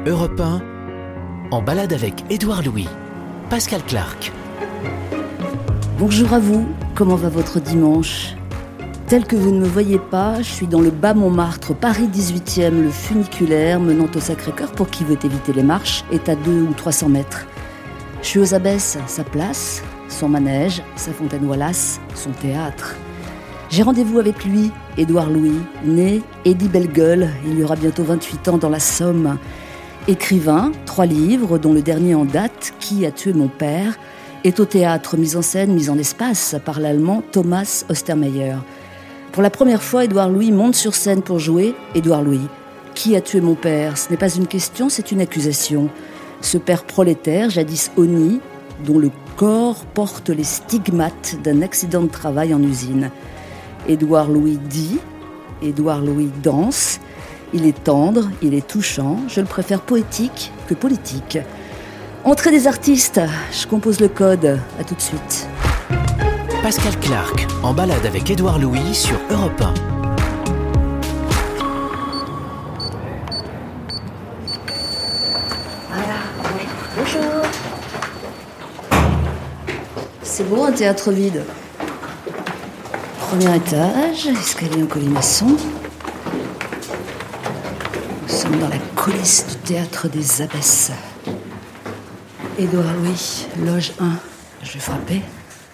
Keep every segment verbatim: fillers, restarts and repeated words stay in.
Europe un, en balade avec Édouard Louis, Pascal Clark. Bonjour à vous, comment va votre dimanche ? Tel que vous ne me voyez pas, je suis dans le bas Montmartre, Paris dix-huitième, le funiculaire menant au Sacré-Cœur pour qui veut éviter les marches est à deux ou trois cents mètres. Je suis aux Abbesses, sa place, son manège, sa fontaine Wallace, son théâtre. J'ai rendez-vous avec lui, Édouard Louis, né Eddie Bellegueule, il y aura bientôt vingt-huit ans dans la Somme. Écrivain, trois livres, dont le dernier en date, Qui a tué mon père, est au théâtre, mise en scène, mise en espace par l'allemand Thomas Ostermeyer. Pour la première fois, Édouard Louis monte sur scène pour jouer Édouard Louis. Qui a tué mon père ? Ce n'est pas une question, c'est une accusation. Ce père prolétaire, jadis honni, dont le corps porte les stigmates d'un accident de travail en usine. Édouard Louis dit, Édouard Louis danse. Il est tendre, il est touchant, je le préfère poétique que politique. Entrée des artistes, je compose le code, à tout de suite. Pascal Clark, en balade avec Édouard Louis sur Europe un. Voilà, bonjour. C'est beau un théâtre vide. Premier étage, escalier en colimaçon. Nous sommes dans la coulisse du théâtre des Abbesses. Édouard Louis, loge un. Je vais frapper.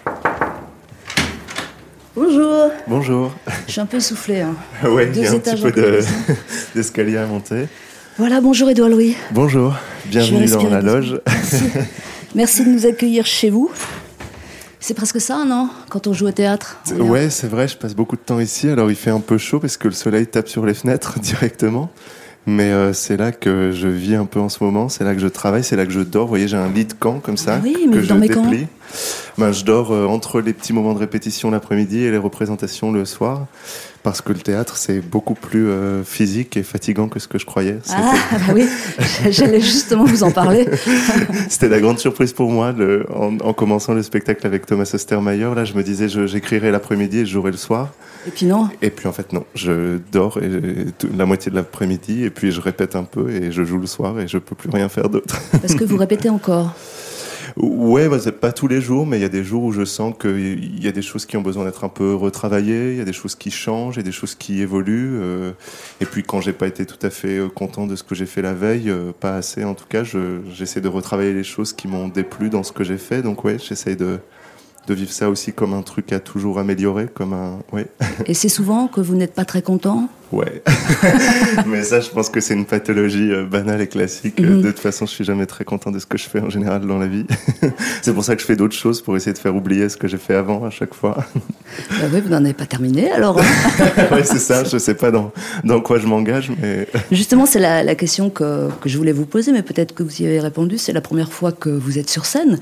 Bonjour. Bonjour. Je suis un peu essoufflée. Hein. Ouais, Deux il y a un étages petit peu en de, colimaçon. d'escalier à monter. Voilà, bonjour Édouard Louis. Bonjour, bienvenue dans la loge. Merci. Merci de nous accueillir chez vous. C'est presque ça, non ? Quand on joue au théâtre. Ouais, c'est vrai, je passe beaucoup de temps ici. Alors il fait un peu chaud parce que le soleil tape sur les fenêtres directement. Mais euh, c'est là que je vis un peu en ce moment, c'est là que je travaille, c'est là que je dors. Vous voyez, j'ai un lit de camp comme ça, ah oui, mais que vous je dormez déplie. Quand ben, je dors euh, entre les petits moments de répétition l'après-midi et les représentations le soir. Parce que le théâtre, c'est beaucoup plus euh, physique et fatigant que ce que je croyais. C'était... Ah bah oui, j'allais justement vous en parler. C'était la grande surprise pour moi, le, en, en commençant le spectacle avec Thomas Ostermeyer. Là, je me disais, je, j'écrirais l'après-midi et je jouerais le soir. Et puis non. Et puis en fait, non. Je dors et, et tout, la moitié de l'après-midi et puis je répète un peu et je joue le soir et je peux plus rien faire d'autre. Parce que vous répétez encore ? Ouais, bah, c'est pas tous les jours, mais il y a des jours où je sens qu'il y a des choses qui ont besoin d'être un peu retravaillées, il y a des choses qui changent, il y a des choses qui évoluent. Euh, et puis quand j'ai pas été tout à fait content de ce que j'ai fait la veille, euh, pas assez en tout cas, je, j'essaie de retravailler les choses qui m'ont déplu dans ce que j'ai fait. Donc ouais, j'essaie de, de vivre ça aussi comme un truc à toujours améliorer, comme un... Ouais. Et c'est souvent que vous n'êtes pas très content ? Ouais, mais ça je pense que c'est une pathologie euh, banale et classique. Mm-hmm. De toute façon je suis jamais très content de ce que je fais en général dans la vie. C'est pour ça que je fais d'autres choses pour essayer de faire oublier ce que j'ai fait avant à chaque fois. Bah oui, vous n'en avez pas terminé alors. Oui c'est ça, je sais pas dans, dans quoi je m'engage. Mais... Justement c'est la, la question que, que je voulais vous poser, mais peut-être que vous y avez répondu. C'est la première fois que vous êtes sur scène.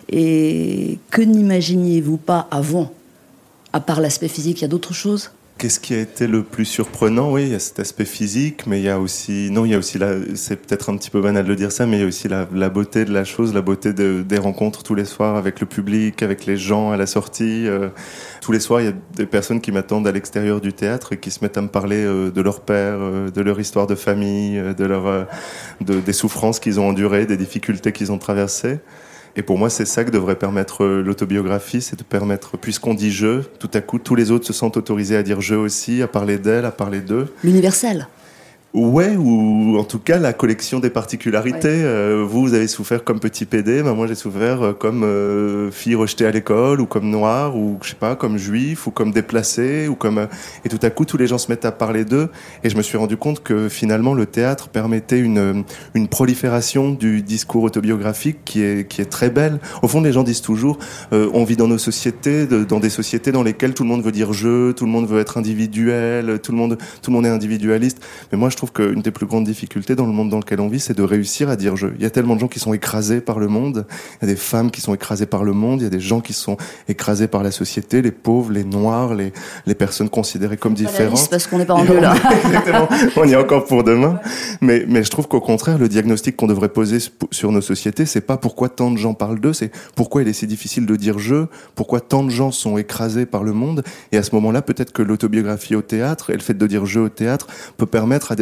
Et que n'imaginiez-vous pas avant ? À part l'aspect physique, il y a d'autres choses ? Qu'est-ce qui a été le plus surprenant ? Oui, il y a cet aspect physique, mais il y a aussi, non, il y a aussi la, c'est peut-être un petit peu banal de dire ça, mais il y a aussi la, la beauté de la chose, la beauté de, des rencontres tous les soirs avec le public, avec les gens à la sortie. Euh, tous les soirs, il y a des personnes qui m'attendent à l'extérieur du théâtre et qui se mettent à me parler euh, de leur père, euh, de leur histoire de famille, euh, de leur, euh, de, des souffrances qu'ils ont endurées, des difficultés qu'ils ont traversées. Et pour moi, c'est ça que devrait permettre l'autobiographie, c'est de permettre, puisqu'on dit « je », tout à coup, tous les autres se sentent autorisés à dire « je » aussi, à parler d'elle, à parler d'eux. L'universel. Ouais, ou en tout cas la collection des particularités. Ouais. Euh, vous, vous avez souffert comme petit pédé, ben moi j'ai souffert comme euh, fille rejetée à l'école, ou comme noire, ou je sais pas, comme juif, ou comme déplacé, ou comme... Et tout à coup, tous les gens se mettent à parler d'eux, et je me suis rendu compte que finalement le théâtre permettait une une prolifération du discours autobiographique qui est qui est très belle. Au fond, les gens disent toujours, euh, on vit dans nos sociétés, de, dans des sociétés dans lesquelles tout le monde veut dire je, tout le monde veut être individuel, tout le monde tout le monde est individualiste. Mais moi, je trouve qu'une des plus grandes difficultés dans le monde dans lequel on vit, c'est de réussir à dire je. Il y a tellement de gens qui sont écrasés par le monde, il y a des femmes qui sont écrasées par le monde, il y a des gens qui sont écrasés par la société, les pauvres, les noirs, les, les personnes considérées comme différentes. C'est parce qu'on n'est pas en deux là. Exactement, on y est encore pour demain. Mais, mais je trouve qu'au contraire, le diagnostic qu'on devrait poser sur nos sociétés, c'est pas pourquoi tant de gens parlent d'eux, c'est pourquoi il est si difficile de dire je, pourquoi tant de gens sont écrasés par le monde. Et à ce moment-là, peut-être que l'autobiographie au théâtre et le fait de dire je au théâtre peut permettre à des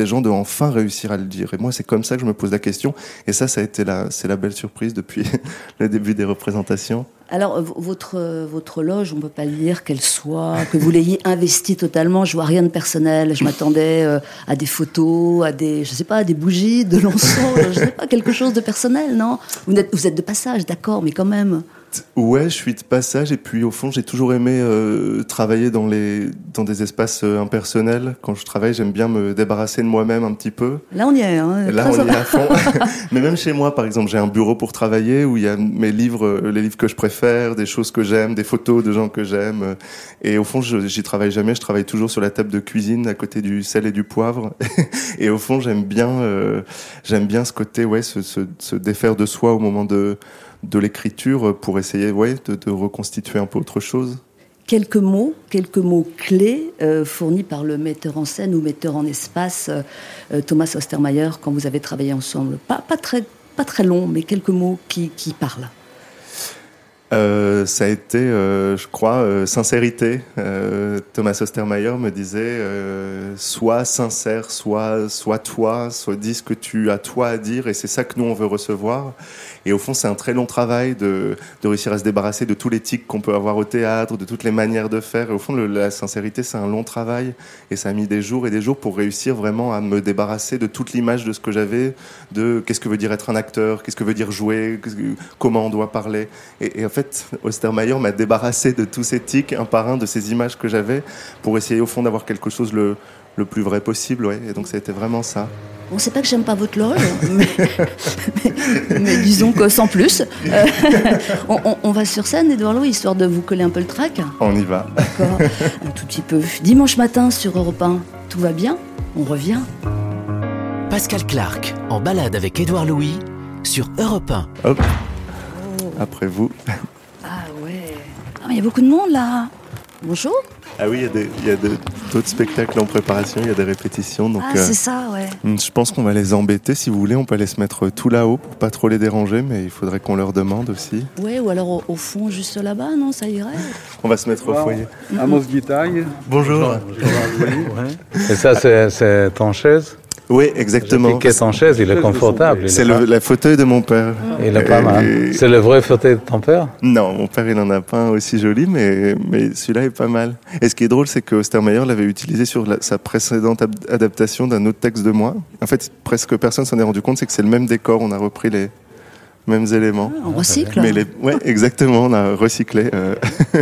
gens de enfin réussir à le dire. Et moi, c'est comme ça que je me pose la question. Et ça, ça a été la, c'est la belle surprise depuis le début des représentations. Alors, votre, votre loge, on ne peut pas dire qu'elle soit, que vous l'ayez investie totalement. Je vois rien de personnel. Je m'attendais euh, à des photos, à des, je sais pas, à des bougies, de l'encens, je sais pas, quelque chose de personnel, non ? Vous êtes, vous êtes de passage, d'accord, mais quand même. Ouais, je suis de passage et puis au fond, j'ai toujours aimé euh, travailler dans les dans des espaces euh, impersonnels. Quand je travaille, j'aime bien me débarrasser de moi-même un petit peu. Là, on y est. Hein, Là, on y est à fond. Mais même chez moi, par exemple, j'ai un bureau pour travailler où il y a mes livres, euh, les livres que je préfère, des choses que j'aime, des photos de gens que j'aime. Euh, et au fond, je, j'y travaille jamais. Je travaille toujours sur la table de cuisine, à côté du sel et du poivre. Et au fond, j'aime bien, euh, j'aime bien ce côté, ouais, se, se, se défaire de soi au moment de de l'écriture pour essayer ouais, de, de reconstituer un peu autre chose. Quelques mots, quelques mots clés euh, fournis par le metteur en scène ou metteur en espace euh, Thomas Ostermayer quand vous avez travaillé ensemble. Pas, pas, très, pas très long, mais quelques mots qui, qui parlent. Euh, ça a été, euh, je crois, euh, sincérité. Euh, Thomas Ostermayer me disait euh, sois sincère, sois, sois toi, sois dis ce que tu as toi à dire, et c'est ça que nous on veut recevoir. Et au fond, c'est un très long travail de, de réussir à se débarrasser de tous les tics qu'on peut avoir au théâtre, de toutes les manières de faire. Et au fond, le, la sincérité, c'est un long travail, et ça a mis des jours et des jours pour réussir vraiment à me débarrasser de toute l'image de ce que j'avais, de qu'est-ce que veut dire être un acteur, qu'est-ce que veut dire jouer, comment on doit parler. Et, et en fait, Ostermayer m'a débarrassé de tous ces tics, un par un, de ces images que j'avais, pour essayer au fond d'avoir quelque chose le, le plus vrai possible. Ouais. Et donc ça a été vraiment ça. Bon, c'est pas que j'aime pas votre loge, mais, mais, mais disons que sans plus. Euh, on, on, on va sur scène, Édouard Louis, histoire de vous coller un peu le trac. On y va. D'accord, un tout petit peu. Dimanche matin sur Europe un, tout va bien, on revient. Pascal Clark, en balade avec Édouard Louis, sur Europe un. Hop, après vous. Ah ouais, ah, il y a beaucoup de monde là. Bonjour. Ah oui, il y a, des, il y a de, d'autres spectacles en préparation, il y a des répétitions. Donc, ah, c'est euh, ça, ouais. Je pense qu'on va les embêter. Si vous voulez, on peut aller se mettre tout là-haut pour pas trop les déranger, mais il faudrait qu'on leur demande aussi. Ouais, ou alors au, au fond, juste là-bas, non, ça irait. On va se mettre au foyer. Amos Guitaille. Bonjour. Bonjour. Et ça, c'est, c'est ton chaise ? Oui, exactement. J'ai piqué ton chaise, il est confortable. Il c'est est le pas... la fauteuil de mon père. Il est pas mal. Et... C'est le vrai fauteuil de ton père ? Non, mon père, il en a pas un aussi joli, mais, mais celui-là est pas mal. Et ce qui est drôle, c'est que Ostermayer l'avait utilisé sur la, sa précédente ab- adaptation d'un autre texte de moi. En fait, presque personne s'en est rendu compte, c'est que c'est le même décor, on a repris les mêmes éléments. Ah, on recycle. Mais les... Ouais, exactement, on a recyclé. Euh...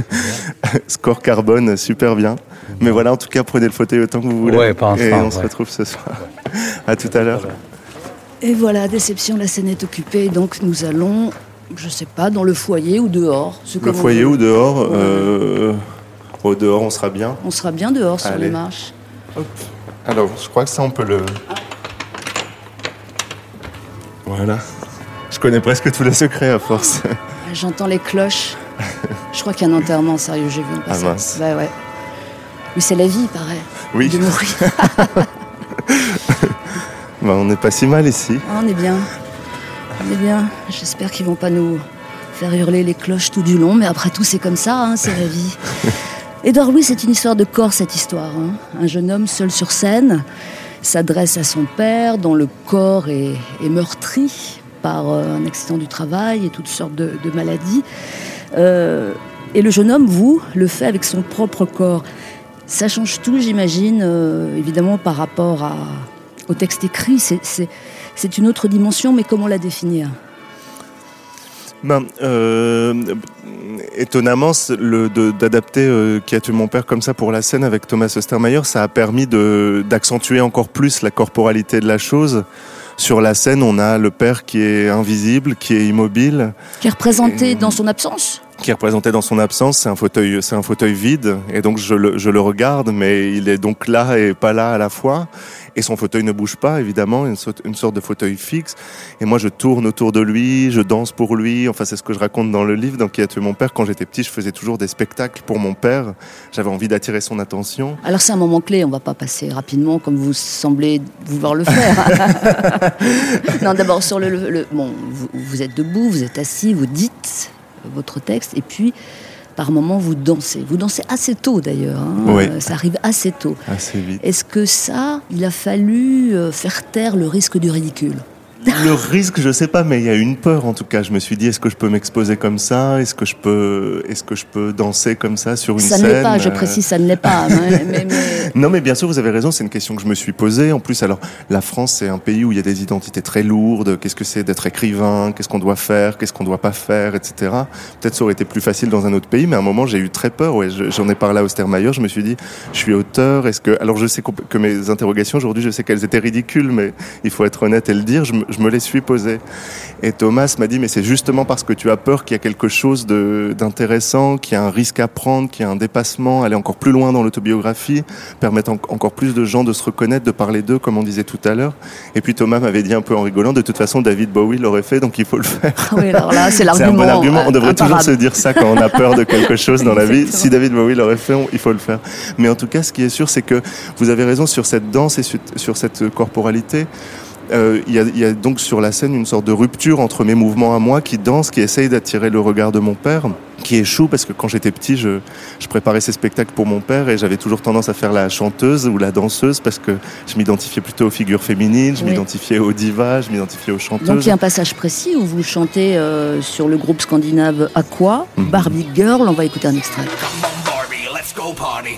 Score carbone, super bien. Mais voilà, en tout cas, prenez le fauteuil autant que vous voulez. Ouais, pas et instant, on ouais. se retrouve ce soir. À tout à l'heure. Et voilà, déception, la scène est occupée, donc nous allons, je sais pas, dans le foyer ou dehors. Le foyer ou dehors ouais. euh... Au dehors, on sera bien. On sera bien dehors sur Allez. les marches. Hop. Alors, je crois que ça, on peut le... Voilà. Je connais presque tous les secrets à force. J'entends les cloches. Je crois qu'il y a un enterrement, sérieux, j'ai vu un passage. Ah mince. Bah ouais. Mais c'est la vie, il paraît. Oui. De mourir. Bah, on n'est pas si mal ici. Ah, on est bien. On est bien. J'espère qu'ils vont pas nous faire hurler les cloches tout du long, mais après tout, c'est comme ça, hein, c'est la vie. Édouard Louis, c'est une histoire de corps, cette histoire. Hein. Un jeune homme seul sur scène s'adresse à son père, dont le corps est, est meurtri par un accident du travail et toutes sortes de, de maladies. Euh, et le jeune homme, vous, le fait avec son propre corps. Ça change tout, j'imagine, euh, évidemment, par rapport à, au texte écrit. C'est, c'est, c'est une autre dimension, mais comment la définir ? Ben, euh, étonnamment, le, de, d'adapter euh, Qui a tué mon père comme ça pour la scène avec Thomas Ostermayer, ça a permis de, d'accentuer encore plus la corporalité de la chose. Sur la scène, on a le père qui est invisible, qui est immobile. Qui est représenté et... dans son absence ? Qui est représenté dans son absence, c'est un fauteuil, c'est un fauteuil vide, et donc je le, je le regarde, mais il est donc là et pas là à la fois. Et son fauteuil ne bouge pas, évidemment, une sorte, une sorte de fauteuil fixe. Et moi, je tourne autour de lui, je danse pour lui. Enfin, c'est ce que je raconte dans le livre, dans Qui a tué mon père. Quand j'étais petit, je faisais toujours des spectacles pour mon père. J'avais envie d'attirer son attention. Alors, c'est un moment clé. On ne va pas passer rapidement, comme vous semblez vouloir le faire. Non, d'abord, sur le... le bon, vous, vous êtes debout, vous êtes assis, vous dites votre texte. Et puis, par moments vous dansez. Vous dansez assez tôt d'ailleurs, hein. Oui. Ça arrive assez tôt. Assez vite. Est-ce que ça, il a fallu faire taire le risque du ridicule ? Le risque, je sais pas, mais il y a une peur en tout cas. Je me suis dit, est-ce que je peux m'exposer comme ça ? Est-ce que je peux, est-ce que je peux danser comme ça sur une ça scène ? Ça ne l'est pas, je précise, ça ne l'est pas. mais, mais, mais... Non, mais bien sûr, vous avez raison. C'est une question que je me suis posée. En plus, alors, la France, c'est un pays où il y a des identités très lourdes. Qu'est-ce que c'est d'être écrivain ? Qu'est-ce qu'on doit faire ? Qu'est-ce qu'on doit pas faire, et cetera. Peut-être ça aurait été plus facile dans un autre pays, mais à un moment, j'ai eu très peur. Ouais, j'en ai parlé à Ostermayer. Je me suis dit, je suis auteur. Est-ce que, alors, je sais que mes interrogations aujourd'hui, je sais qu'elles étaient ridicules, mais il faut être honnête et le dire. Je me, je me les suis posées. Et Thomas m'a dit, mais c'est justement parce que tu as peur qu'il y a quelque chose de, d'intéressant, qu'il y a un risque à prendre, qu'il y a un dépassement, aller encore plus loin dans l'autobiographie, permettre en, encore plus de gens de se reconnaître, de parler d'eux, comme on disait tout à l'heure. Et puis Thomas m'avait dit un peu en rigolant, de toute façon, David Bowie l'aurait fait, donc il faut le faire. Ah oui, alors là, c'est l'argument. C'est un bon argument. On devrait imparable. toujours se dire ça quand on a peur de quelque chose dans la vie. Si David Bowie l'aurait fait, on, il faut le faire. Mais en tout cas, ce qui est sûr, c'est que vous avez raison sur cette danse et sur, sur cette corporalité. Euh, il y a, il y a donc sur la scène une sorte de rupture entre mes mouvements à moi qui dansent, qui essayent d'attirer le regard de mon père, qui échoue parce que quand j'étais petit, je, je préparais ces spectacles pour mon père et j'avais toujours tendance à faire la chanteuse ou la danseuse parce que je m'identifiais plutôt aux figures féminines, je oui. m'identifiais aux divas, je m'identifiais aux chanteuses. Donc il y a un passage précis où vous chantez euh, sur le groupe scandinave Aqua, mm-hmm. Barbie Girl, on va écouter un extrait. Come on Barbie, let's go party.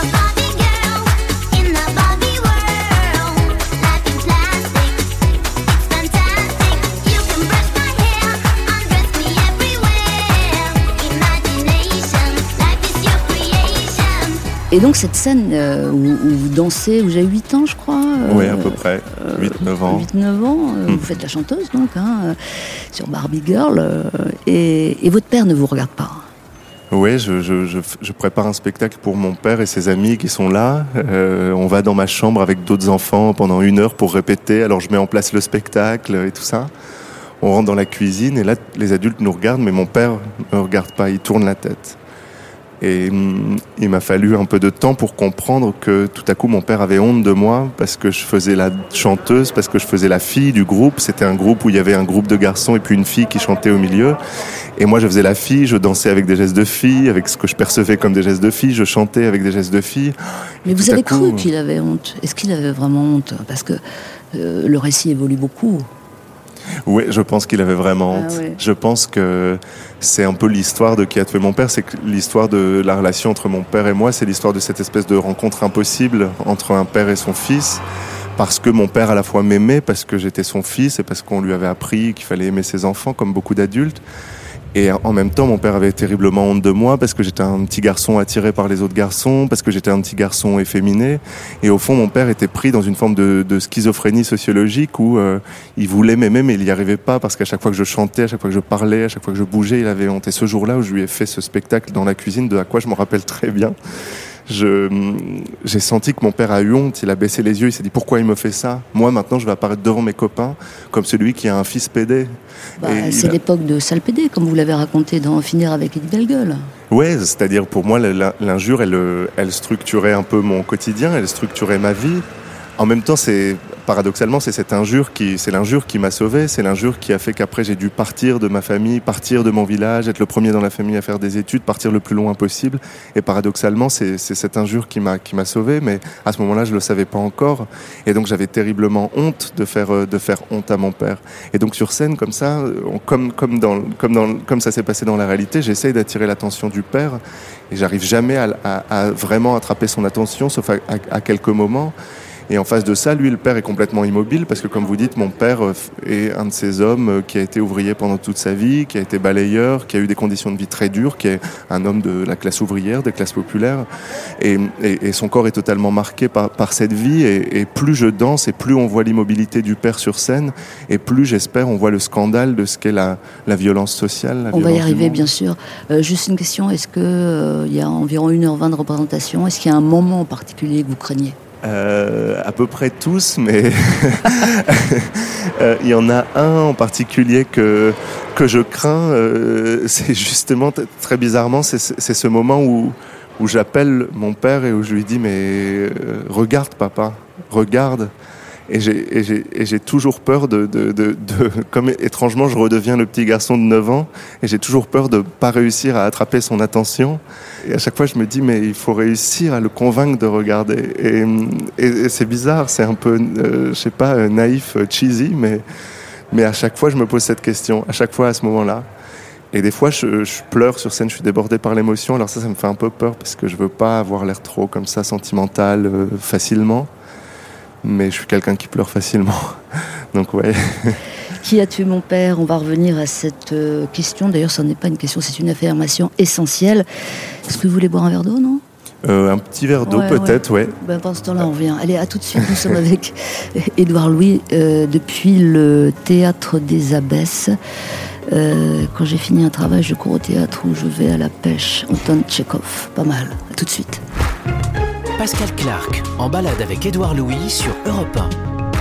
Et donc cette scène euh, où, où vous dansez, où j'ai huit ans je crois. Euh, oui, à peu près, huit neuf ans. huit neuf ans, euh, mmh. Vous faites la chanteuse donc, hein, euh, sur Barbie Girl, euh, et, et votre père ne vous regarde pas. Oui, je, je, je, je prépare un spectacle pour mon père et ses amis qui sont là. Euh, on va dans ma chambre avec d'autres enfants pendant une heure pour répéter, alors je mets en place le spectacle et tout ça. On rentre dans la cuisine et là les adultes nous regardent, mais mon père ne me regarde pas, il tourne la tête. Et hum, il m'a fallu un peu de temps pour comprendre que tout à coup mon père avait honte de moi parce que je faisais la chanteuse, parce que je faisais la fille du groupe. C'était un groupe où il y avait un groupe de garçons et puis une fille qui chantait au milieu. Et moi je faisais la fille, je dansais avec des gestes de fille, avec ce que je percevais comme des gestes de fille, je chantais avec des gestes de fille. Mais vous avez cru qu'il avait honte ? Est-ce qu'il avait vraiment honte ? Parce que euh, le récit évolue beaucoup. Oui, je pense qu'il avait vraiment honte. Ah ouais. Je pense que c'est un peu l'histoire de Qui a tué mon père, c'est que l'histoire de la relation entre mon père et moi, c'est l'histoire de cette espèce de rencontre impossible entre un père et son fils, parce que mon père à la fois m'aimait, parce que j'étais son fils et parce qu'on lui avait appris qu'il fallait aimer ses enfants comme beaucoup d'adultes. Et en même temps, mon père avait terriblement honte de moi parce que j'étais un petit garçon attiré par les autres garçons, parce que j'étais un petit garçon efféminé. Et au fond, mon père était pris dans une forme de, de schizophrénie sociologique où euh, il voulait m'aimer, mais il n'y arrivait pas parce qu'à chaque fois que je chantais, à chaque fois que je parlais, à chaque fois que je bougeais, il avait honte. Et ce jour-là où je lui ai fait ce spectacle dans la cuisine, de à quoi je me rappelle très bien, Je, j'ai senti que mon père a eu honte, il a baissé les yeux, il s'est dit pourquoi il me fait ça ? Moi maintenant je vais apparaître devant mes copains comme celui qui a un fils pédé. Bah, c'est a... l'époque de sale pédé, comme vous l'avez raconté dans Finir avec Eddie Bellegueule. Ouais, c'est-à-dire pour moi l'injure elle, elle structurait un peu mon quotidien, elle structurait ma vie. En même temps, c'est paradoxalement, c'est cette injure qui, c'est l'injure qui m'a sauvé, c'est l'injure qui a fait qu'après j'ai dû partir de ma famille, partir de mon village, être le premier dans la famille à faire des études, partir le plus loin possible. Et paradoxalement, c'est, c'est cette injure qui m'a, qui m'a sauvé, mais à ce moment-là, je le savais pas encore. Et donc j'avais terriblement honte de faire, de faire honte à mon père. Et donc sur scène, comme ça, on, comme, comme dans, comme dans, comme ça s'est passé dans la réalité, j'essaye d'attirer l'attention du père et j'arrive jamais à, à, à vraiment attraper son attention, sauf à, à, à quelques moments. Et en face de ça, lui, le père est complètement immobile parce que, comme vous dites, mon père est un de ces hommes qui a été ouvrier pendant toute sa vie, qui a été balayeur, qui a eu des conditions de vie très dures, qui est un homme de la classe ouvrière, des classes populaires. Et, et, et son corps est totalement marqué par, par cette vie. Et, et plus je danse et plus on voit l'immobilité du père sur scène et plus, j'espère, on voit le scandale de ce qu'est la, la violence sociale. La on violence va y arriver, bien sûr. Euh, juste une question, est-ce qu'il euh, y a environ une heure vingt de représentation, est-ce qu'il y a un moment en particulier que vous craignez ? Euh, à peu près tous, mais euh, il y en a un en particulier que que je crains. Euh, c'est justement t- très bizarrement, c'est, c'est ce moment où où j'appelle mon père et où je lui dis mais euh, regarde papa, regarde. Et j'ai, et j'ai, et j'ai toujours peur de, de, de, de... Comme étrangement, je redeviens le petit garçon de neuf ans, et j'ai toujours peur de pas réussir à attraper son attention. Et à chaque fois, je me dis, mais il faut réussir à le convaincre de regarder. Et, et, et c'est bizarre, c'est un peu, euh, je sais pas, naïf, cheesy, mais, mais à chaque fois, je me pose cette question, à chaque fois à ce moment-là. Et des fois, je, je pleure sur scène, je suis débordé par l'émotion. Alors ça, ça me fait un peu peur, parce que je veux pas avoir l'air trop comme ça, sentimental, euh, facilement. Mais je suis quelqu'un qui pleure facilement. Donc ouais. Qui a tué mon père? On va revenir à cette euh, question. D'ailleurs, ce n'est pas une question, c'est une affirmation essentielle. Est-ce que vous voulez boire un verre d'eau, non? euh, Un petit verre d'eau, ouais, peut-être, ouais. ouais. Ben, pendant ce temps-là, on revient. Allez, à tout de suite. Nous sommes avec Édouard Louis euh, depuis le Théâtre des Abbesses. Euh, quand j'ai fini un travail, je cours au théâtre ou je vais à la pêche. Anton Tchekhov. Pas mal. À tout de suite. Pascal Clark, en balade avec Édouard Louis sur Europe un.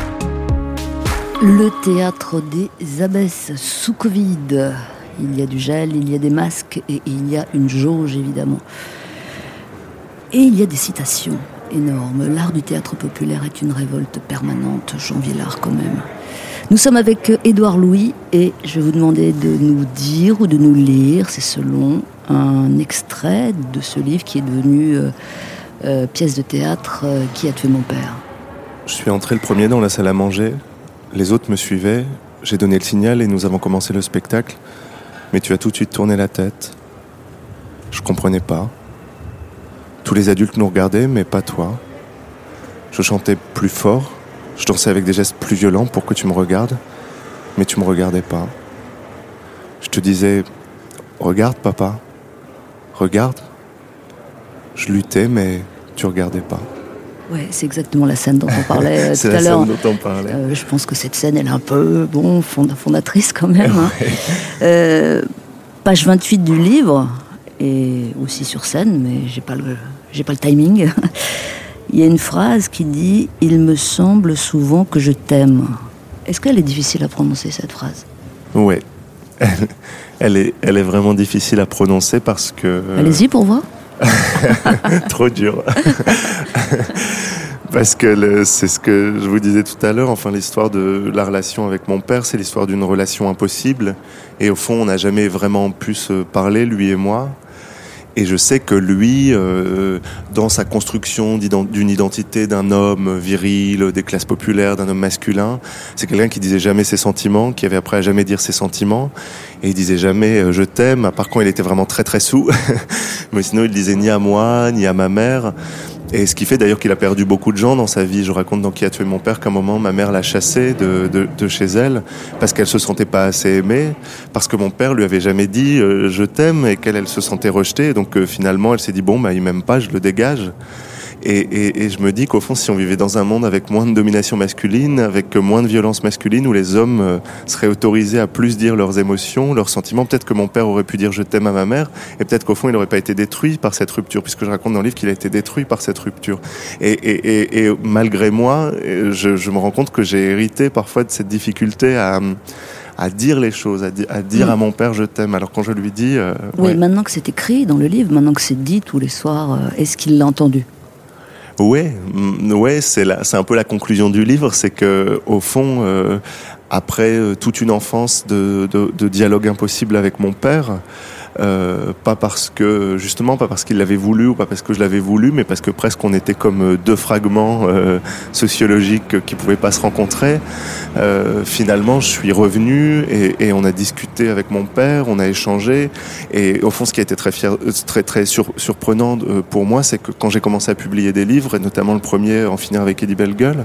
Le Théâtre des Abbesses sous Covid. Il y a du gel, il y a des masques et il y a une jauge, évidemment. Et il y a des citations énormes. L'art du théâtre populaire est une révolte permanente. Jean Viellard, quand même. Nous sommes avec Édouard Louis et je vais vous demander de nous dire ou de nous lire, c'est selon, un extrait de ce livre qui est devenu... Euh, Euh, pièce de théâtre, euh, Qui a tué mon père. Je suis entré le premier dans la salle à manger. Les autres me suivaient. J'ai donné le signal et nous avons commencé le spectacle. Mais tu as tout de suite tourné la tête. Je comprenais pas. Tous les adultes nous regardaient, mais pas toi. Je chantais plus fort. Je dansais avec des gestes plus violents pour que tu me regardes. Mais tu me regardais pas. Je te disais, regarde papa. Regarde. Je luttais, mais tu regardais pas. Ouais, c'est exactement la scène dont on parlait tout à l'heure. C'est la scène dont on parlait. Euh, je pense que cette scène, elle est un peu, bon, fondatrice quand même. Hein. Ouais. Euh, page vingt-huit du livre, et aussi sur scène, mais j'ai pas le, j'ai pas le timing. Il y a une phrase qui dit « Il me semble souvent que je t'aime ». Est-ce qu'elle est difficile à prononcer, cette phrase? Ouais. Elle, elle, est, elle est vraiment difficile à prononcer parce que... Euh... Allez-y pour voir. Trop dur. Parce que le, c'est ce que je vous disais tout à l'heure, enfin l'histoire de la relation avec mon père, c'est l'histoire d'une relation impossible. Et au fond, on n'a jamais vraiment pu se parler, lui et moi. Et je sais que lui, euh, dans sa construction d'une identité d'un homme viril, des classes populaires, d'un homme masculin, c'est quelqu'un qui disait jamais ses sentiments, qui avait appris à jamais dire ses sentiments, et il disait jamais euh, « je t'aime », à part quand il était vraiment très très saoul. Mais sinon, il disait ni à moi, ni à ma mère. Et ce qui fait d'ailleurs qu'il a perdu beaucoup de gens dans sa vie. Je raconte dans Qui a tué mon père qu'à un moment, ma mère l'a chassé de, de, de chez elle parce qu'elle se sentait pas assez aimée, parce que mon père lui avait jamais dit euh, je t'aime, et qu'elle elle se sentait rejetée. Donc euh, finalement, elle s'est dit bon, bah il m'aime pas, je le dégage. Et, et, et je me dis qu'au fond, si on vivait dans un monde avec moins de domination masculine, avec moins de violence masculine, où les hommes euh, seraient autorisés à plus dire leurs émotions, leurs sentiments, peut-être que mon père aurait pu dire je t'aime à ma mère, et peut-être qu'au fond, il n'aurait pas été détruit par cette rupture, puisque je raconte dans le livre qu'il a été détruit par cette rupture. Et, et, et, et malgré moi, je, je me rends compte que j'ai hérité parfois de cette difficulté à... à dire les choses, à, di- à dire mmh. à mon père je t'aime, alors quand je lui dis... Euh, oui, ouais. Maintenant que c'est écrit dans le livre, maintenant que c'est dit tous les soirs, euh, est-ce qu'il l'a entendu? Ouais, ouais, c'est la, c'est un peu la conclusion du livre, c'est que au fond, euh, après euh, toute une enfance de, de, de dialogue impossible avec mon père, euh, pas parce que justement, pas parce qu'il l'avait voulu ou pas parce que je l'avais voulu, mais parce que presque on était comme deux fragments euh, sociologiques qui pouvaient pas se rencontrer. Euh, finalement, je suis revenu et, et on a discuté avec mon père, on a échangé, et au fond, ce qui a été très fier, très très sur, surprenant pour moi, c'est que quand j'ai commencé à publier des livres, et notamment le premier, En finir avec Eddie Bellegueule,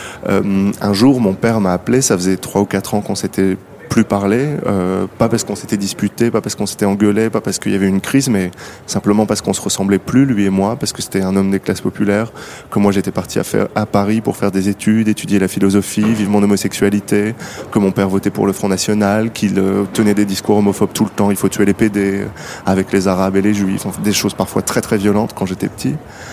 euh, un jour, mon père m'a appelé. Ça faisait trois ou quatre ans qu'on s'était plus parlé, euh, pas parce qu'on s'était disputé, pas parce qu'on s'était engueulé, pas parce qu'il y avait une crise, mais simplement parce qu'on se ressemblait plus, lui et moi, parce que c'était un homme des classes populaires, que moi j'étais parti à, faire, à Paris pour faire des études, étudier la philosophie, vivre mon homosexualité, que mon père votait pour le Front National, qu'il euh, tenait des discours homophobes tout le temps, il faut tuer les pédés, avec les Arabes et les Juifs, enfin, des choses parfois très très violentes quand j'étais petit.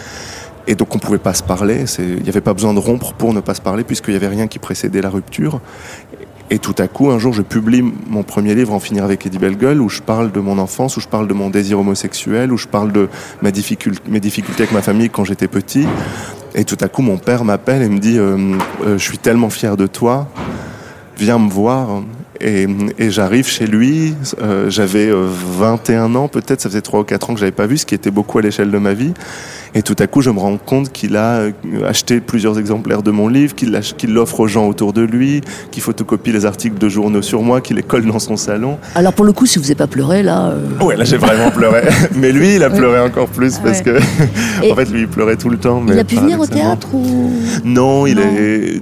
Et donc on pouvait pas se parler, il n'y avait pas besoin de rompre pour ne pas se parler, puisqu'il n'y avait rien qui précédait la rupture. Et tout à coup, un jour, je publie mon premier livre, En finir avec Eddie Bellegueule, où je parle de mon enfance, où je parle de mon désir homosexuel, où je parle de ma difficult- mes difficultés avec ma famille quand j'étais petit. Et tout à coup, mon père m'appelle et me dit euh, euh, « Je suis tellement fier de toi, viens me voir ». Et, et j'arrive chez lui, euh, j'avais euh, vingt et un ans peut-être, ça faisait trois ou quatre ans que je n'avais pas vu, ce qui était beaucoup à l'échelle de ma vie. Et tout à coup, je me rends compte qu'il a euh, acheté plusieurs exemplaires de mon livre, qu'il, qu'il l'offre aux gens autour de lui, qu'il photocopie les articles de journaux sur moi, qu'il les colle dans son salon. Alors pour le coup, si vous n'avez pas pleuré, là... Euh... Ouais, là j'ai vraiment pleuré. Mais lui, il a pleuré ouais. encore plus parce ouais. que... en fait, lui, il pleurait tout le temps. Mais il a pu venir au théâtre ou... Non, il non. est...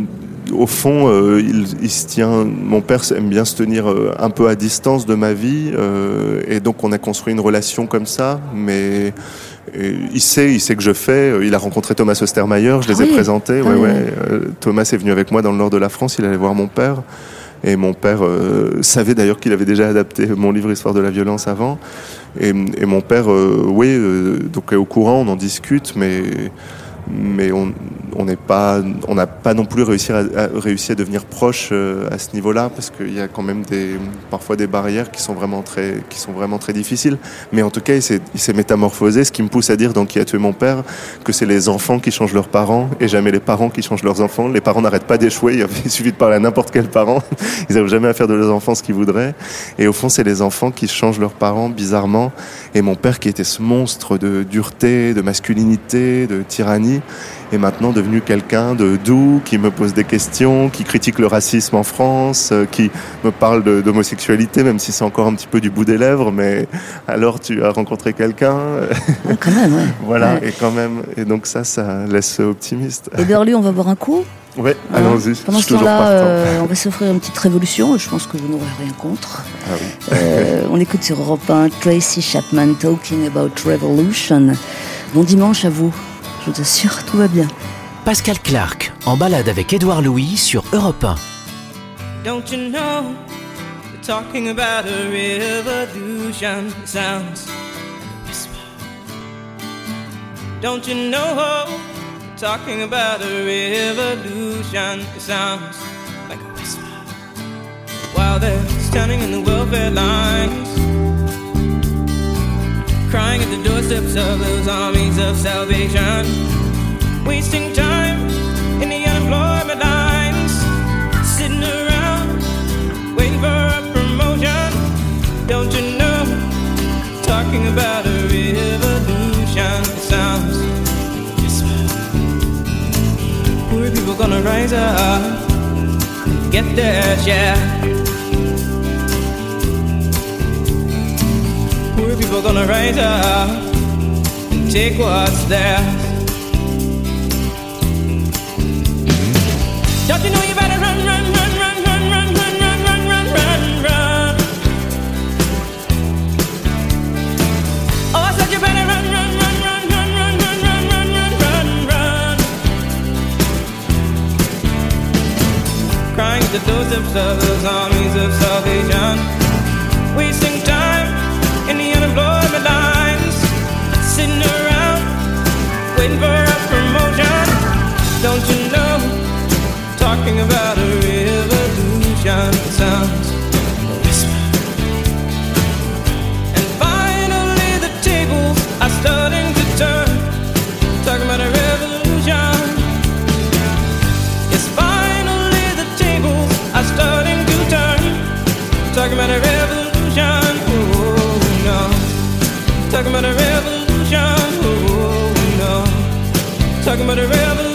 Au fond, euh, il, il se tient. Mon père aime bien se tenir euh, un peu à distance de ma vie, euh, et donc on a construit une relation comme ça. Mais et, il sait, il sait que je fais. Il a rencontré Thomas Ostermayer, je les ah ai oui. présentés. Ouais, ah ouais. Ouais. Euh, Thomas est venu avec moi dans le nord de la France. Il allait voir mon père, et mon père euh, savait d'ailleurs qu'il avait déjà adapté mon livre Histoire de la violence avant. Et, et mon père, euh, oui, euh, donc est au courant. On en discute, mais. Mais on on n'est pas, on n'a pas non plus réussi à, à, réussi à devenir proche euh, à ce niveau-là, parce qu'il y a quand même des, parfois des barrières qui sont vraiment très, qui sont vraiment très difficiles. Mais en tout cas, il s'est, il s'est métamorphosé, ce qui me pousse à dire dans Qui a tué mon père que c'est les enfants qui changent leurs parents et jamais les parents qui changent leurs enfants. Les parents n'arrêtent pas d'échouer. Il suffit de parler à n'importe quel parent, ils n'arrivent jamais à faire de leurs enfants ce qu'ils voudraient. Et au fond, c'est les enfants qui changent leurs parents bizarrement. Et mon père, qui était ce monstre de dureté, de masculinité, de tyrannie, est maintenant devenu quelqu'un de doux, qui me pose des questions, qui critique le racisme en France, euh, qui me parle de, d'homosexualité, même si c'est encore un petit peu du bout des lèvres, mais alors tu as rencontré quelqu'un. Ah, quand même, ouais. Voilà, ouais. et quand même, et donc ça, ça laisse optimiste. Et Berlu, on va boire un coup ? Oui, hein, allons-y. Pendant ce temps-là, euh, on va s'offrir une petite révolution, je pense que vous n'aurez rien contre. Ah oui. euh, on écoute sur Europe un Tracy Chapman, Talking About Revolution. Bon dimanche à vous. Je vous assure, tout va bien. Pascal Clark, en balade avec Édouard Louis sur Europe un. Don't you know, you're talking about a revolution, it sounds like a whisper. Don't you know, you're talking about a revolution, it sounds like a whisper. While they're standing in the welfare lines, crying at the doorsteps of those armies of salvation, wasting time in the unemployment lines, sitting around waiting for a promotion. Don't you know, talking about a revolution, it sounds like a whisper. Poor people gonna rise up and get their share. Poor people gonna rise up and take what's theirs. Don't you know you better run, run, run, run, run, run, run, run, run, run, run, run. Oh, I said you better run, run, run, run, run, run, run, run, run, run, run, run. Crying at the doorsteps of those armies of salvation, wasting time in the unemployment lines, sitting around waiting for a promotion. Don't you know, talking about a revolution, it sounds like a whisper. And finally the tables are starting to turn, talking about a revolution. Yes, finally the tables are starting to turn, talking about a revolution. Oh no, talking about a revolution. Oh no, talking about a revolution.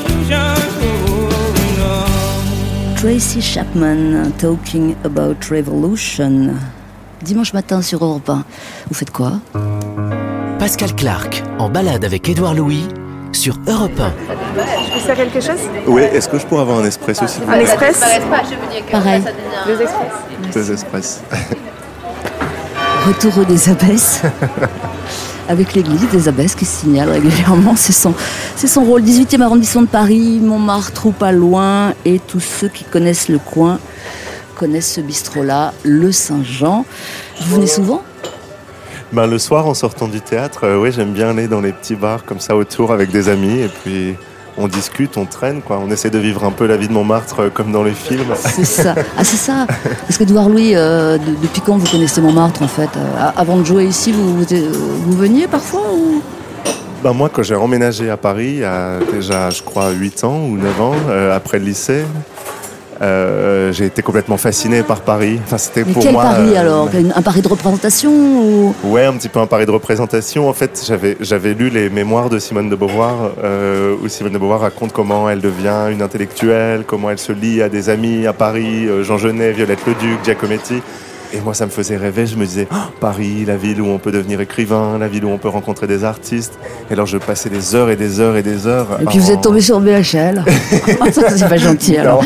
Tracy Chapman, Talking About Revolution. Dimanche matin sur Europe un. Vous faites quoi ? Pascal Clark, en balade avec Édouard Louis sur Europe un. Je peux faire quelque chose ? Oui, est-ce que je pourrais avoir un espresso aussi ? Un express ? Pareil. Deux express. Deux express. Retour des abbesses. Avec l'église des abbesses qui se signale régulièrement. C'est son, c'est son rôle. dix-huitième arrondissement de Paris, Montmartre ou pas loin. Et tous ceux qui connaissent le coin connaissent ce bistrot-là, le Saint-Jean. Vous venez souvent ? Ben, le soir, en sortant du théâtre, euh, oui, j'aime bien aller dans les petits bars comme ça autour avec des amis. Et puis, on discute, on traîne, quoi. On essaie de vivre un peu la vie de Montmartre euh, comme dans les films. C'est ça. Ah, c'est ça. Parce qu'Édouard Louis, euh, de- depuis quand vous connaissez Montmartre, en fait? Euh, avant de jouer ici, vous, vous, vous veniez parfois ou... Ben moi, quand j'ai emménagé à Paris, il y a déjà, je crois, huit ans ou neuf ans, euh, après le lycée, euh, j'ai été complètement fasciné par Paris. Enfin, c'était Mais pour quel moi... Paris, euh, alors? Un Paris de représentation ou... Ouais, un petit peu un Paris de représentation. En fait, j'avais, j'avais lu les mémoires de Simone de Beauvoir, euh, où Simone de Beauvoir raconte comment elle devient une intellectuelle, comment elle se lie à des amis à Paris, euh, Jean Genet, Violette Leduc, Giacometti. Et moi, ça me faisait rêver. Je me disais, oh, Paris, la ville où on peut devenir écrivain, la ville où on peut rencontrer des artistes. Et alors, je passais des heures et des heures et des heures. Et puis en- vous êtes tombé sur B H L. Ça, c'est pas gentil, alors.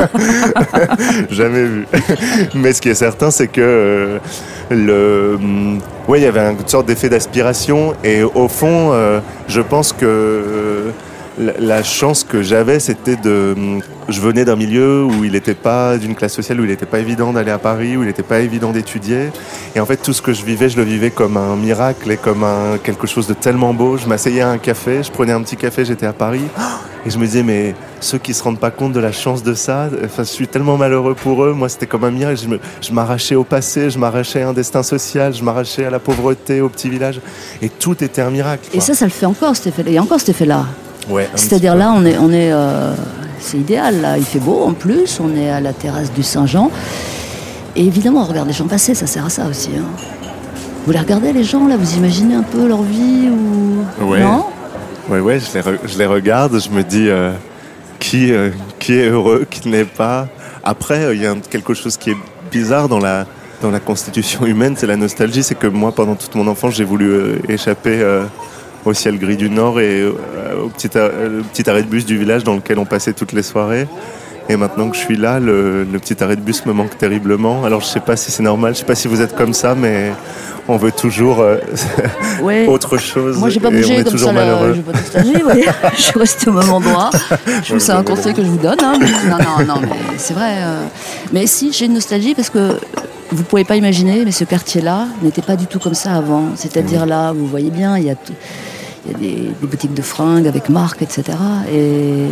Jamais vu. Mais ce qui est certain, c'est que euh, le, hum, ouais, il y avait une sorte d'effet d'aspiration. Et au fond, euh, je pense que euh, la, la chance que j'avais, c'était de. hum, Je venais d'un milieu où il n'était pas d'une classe sociale, où il n'était pas évident d'aller à Paris, où il n'était pas évident d'étudier. Et en fait, tout ce que je vivais, je le vivais comme un miracle et comme un, quelque chose de tellement beau. Je m'asseyais à un café, je prenais un petit café, j'étais à Paris. Et je me disais, mais ceux qui se rendent pas compte de la chance de ça, enfin, je suis tellement malheureux pour eux. Moi, c'était comme un miracle. Je, me, je m'arrachais au passé, je m'arrachais à un destin social, je m'arrachais à la pauvreté, au petit village. Et tout était un miracle. Et quoi. ça, ça le fait encore, cet effet. Il y a encore cet effet-là. Ouais, un C'est-à-dire petit là, on est, on est, euh, c'est idéal. Là, il fait beau en plus. On est à la terrasse du Saint-Jean. Et évidemment, on regarde les gens passer. Ça sert à ça aussi. Hein. Vous les regardez les gens là. Vous imaginez un peu leur vie ou Ouais. non? peu. Ouais, ouais, je les, re- je les regarde, je me dis euh, qui, euh, qui est heureux, qui ne l'est pas. Après, euh, il y a un- quelque chose qui est bizarre dans la, dans la constitution humaine, c'est la nostalgie. C'est que moi, pendant toute mon enfance, j'ai voulu euh, échapper euh, au ciel gris du Nord et euh, au petit, ar- le petit arrêt de bus du village dans lequel on passait toutes les soirées. Et maintenant que je suis là, le, le petit arrêt de bus me manque terriblement. Alors je sais pas si c'est normal, je sais pas si vous êtes comme ça, mais on veut toujours euh, Ouais. autre chose. Moi, j'ai pas et on bougé est comme toujours ça. Là, malheureux. j'ai pas de nostalgie, vous voyez. Je suis restée au même endroit. Je trouve c'est un conseil que je vous donne. Hein. Non, non, non, mais c'est vrai. euh. Mais si, j'ai une nostalgie parce que vous pouvez pas imaginer, mais ce quartier-là n'était pas du tout comme ça avant. C'est-à-dire là, vous voyez bien, il y a, tout- il y a des, des boutiques de fringues avec marques, et cetera. Et,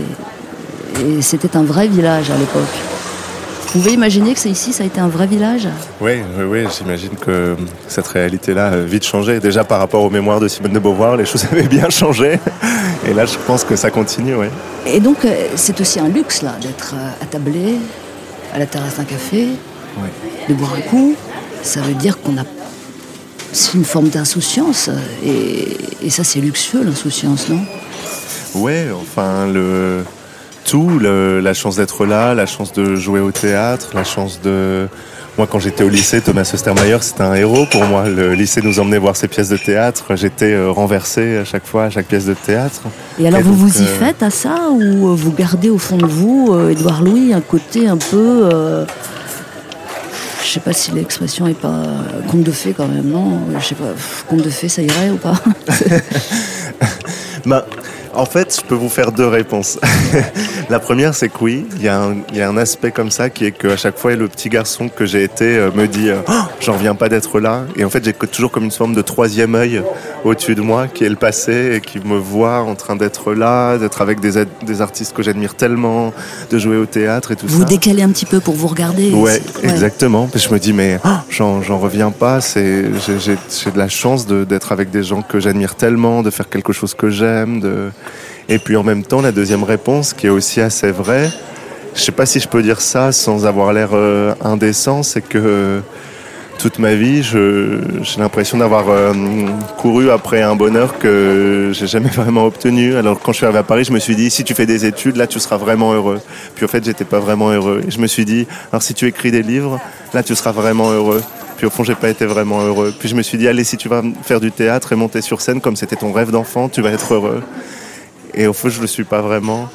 et c'était un vrai village à l'époque. Vous pouvez imaginer que c'est ici, ça a été un vrai village? Oui, oui, oui, j'imagine que cette réalité-là a vite changé. Déjà par rapport aux mémoires de Simone de Beauvoir, les choses avaient bien changé. Et là, je pense que ça continue, oui. Et donc, euh, c'est aussi un luxe, là, d'être euh, attablé à la terrasse d'un café, de boire un coup. Ça veut dire qu'on a... C'est une forme d'insouciance. Et, et ça, c'est luxueux, l'insouciance, non? Ouais, enfin, le... tout, le... la chance d'être là, la chance de jouer au théâtre, la chance de... Moi, quand j'étais au lycée, Thomas Ostermayer, c'était un héros pour moi. Le lycée nous emmenait voir ses pièces de théâtre. J'étais euh, renversé à chaque fois, à chaque pièce de théâtre. Et alors, Et vous donc, vous y euh, faites à ça? Ou euh, vous gardez au fond de vous, euh, Édouard Louis, un côté un peu... euh, Je sais pas si l'expression est pas euh, conte de fées quand même, non? Je sais pas, pff, conte de fées, ça irait ou pas? Bah, en fait, je peux vous faire deux réponses. La première, c'est que oui, il y, a un- il y a un aspect comme ça qui est qu'à chaque fois, le petit garçon que j'ai été euh, me dit euh, oh, j'en reviens pas d'être là. Et en fait, j'ai que- toujours comme une forme de troisième œil au-dessus de moi qui est le passé et qui me voit en train d'être là, d'être avec des, ad- des artistes que j'admire tellement, de jouer au théâtre et tout Vous ça. décalez un petit peu pour vous regarder. Ouais, c'est- ouais. exactement. Puis je me dis, mais oh, j'en, j'en reviens pas. C'est, j'ai, j'ai, j'ai de la chance de, d'être avec des gens que j'admire tellement, de faire quelque chose que j'aime. De... Et puis en même temps, la deuxième réponse, qui est aussi assez vraie, je sais pas si je peux dire ça sans avoir l'air euh, indécent, c'est que euh, toute ma vie, je, j'ai l'impression d'avoir euh, couru après un bonheur que j'ai jamais vraiment obtenu. Alors quand je suis arrivé à Paris, je me suis dit, si tu fais des études, là tu seras vraiment heureux. Puis en fait, j'étais pas vraiment heureux. Et je me suis dit, alors si tu écris des livres, là tu seras vraiment heureux. Puis au fond, j'ai pas été vraiment heureux. Puis je me suis dit, allez, si tu vas faire du théâtre et monter sur scène comme c'était ton rêve d'enfant, tu vas être heureux. Et au fond, je le suis pas vraiment.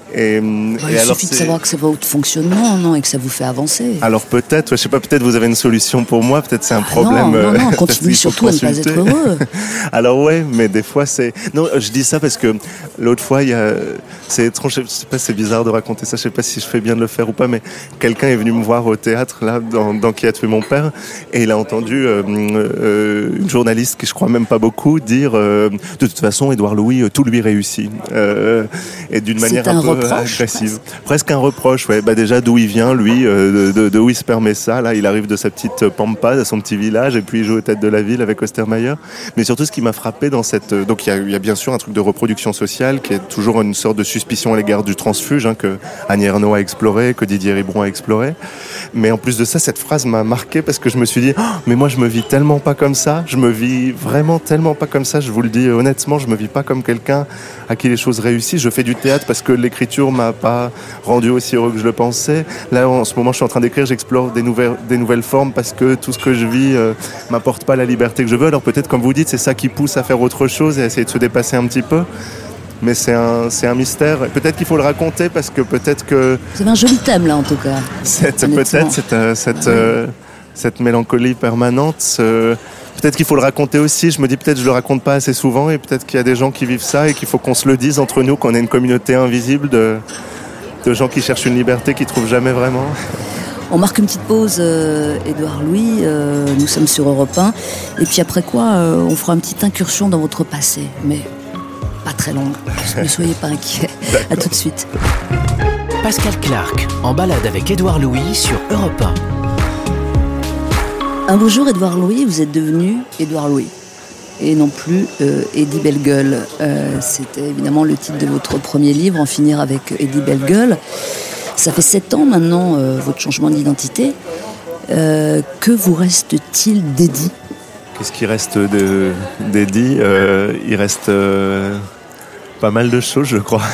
Et, Bah, et il alors, suffit de c'est- savoir que c'est votre fonctionnement, non, et que ça vous fait avancer. alors peut-être, ouais, je sais pas, peut-être vous avez une solution pour moi, peut-être c'est un Ah problème. non, non, euh, non, peut-être continuez qu'il faut surtout à ne pas consulter. être heureux. Alors ouais, mais des fois c'est... Non, je dis ça parce que l'autre fois, il y a... c'est étrange, je sais pas, c'est bizarre de raconter ça, je sais pas si je fais bien de le faire ou pas, mais quelqu'un est venu me voir au théâtre, là, dans, dans Qui a tué mon père, et il a entendu euh, euh, une journaliste, qui je crois même pas beaucoup, dire euh, de toute façon, Édouard Louis, euh, tout lui réussit. Euh, et d'une C'est manière un un, peu reproche, agressive. Presque un reproche, ouais. Bah déjà, d'où il vient, lui, euh, de, de, de où il se permet ça, là, il arrive de sa petite pampa, de son petit village, et puis il joue aux têtes de la ville avec Ostermayer. Mais surtout, ce qui m'a frappé dans cette... Donc, il y a, il y a bien sûr un truc de reproduction sociale, qui est toujours une sorte de suspicion à l'égard du transfuge, hein, que Annie Ernaux a exploré, que Didier Ribron a exploré. Mais en plus de ça, cette phrase m'a marqué parce que je me suis dit, oh, mais moi, je me vis tellement pas comme ça, je me vis vraiment tellement pas comme ça, je vous le dis honnêtement, je me vis pas comme quelqu'un à qui les choses réussissent. Je fais du théâtre parce que l'écriture m'a pas rendu aussi heureux que je le pensais. Là, en ce moment, je suis en train d'écrire, j'explore des nouvelles, des nouvelles formes parce que tout ce que je vis euh, m'apporte pas la liberté que je veux. Alors peut-être, comme vous dites, c'est ça qui pousse à faire autre chose et à essayer de se dépasser un petit peu. Mais c'est un, c'est un mystère. Peut-être qu'il faut le raconter parce que peut-être que Vous avez un joli thème, là, en tout cas. cette, Honnêtement. peut-être cette, euh, cette, euh, cette mélancolie permanente, euh, peut-être qu'il faut le raconter aussi. Je me dis peut-être je le raconte pas assez souvent et peut-être qu'il y a des gens qui vivent ça et qu'il faut qu'on se le dise entre nous, qu'on est une communauté invisible de, de gens qui cherchent une liberté qu'ils trouvent jamais vraiment. On marque une petite pause, euh, Édouard Louis, euh, nous sommes sur Europe un, et puis après quoi, euh, on fera une petite incursion dans votre passé, mais pas très longue, ne soyez pas inquiets. À tout de suite. Pascal Clark, en balade avec Édouard Louis sur Europe un. Un beau jour, Édouard Louis, vous êtes devenu Édouard Louis, et non plus euh, Eddie Bellegueule. Euh, c'était évidemment le titre de votre premier livre, En finir avec Eddie Bellegueule. Ça fait sept ans maintenant, euh, votre changement d'identité. Euh, que vous reste-t-il d'Eddie ? Qu'est-ce qui reste de, d'Eddie euh, Il reste euh, pas mal de choses, je crois.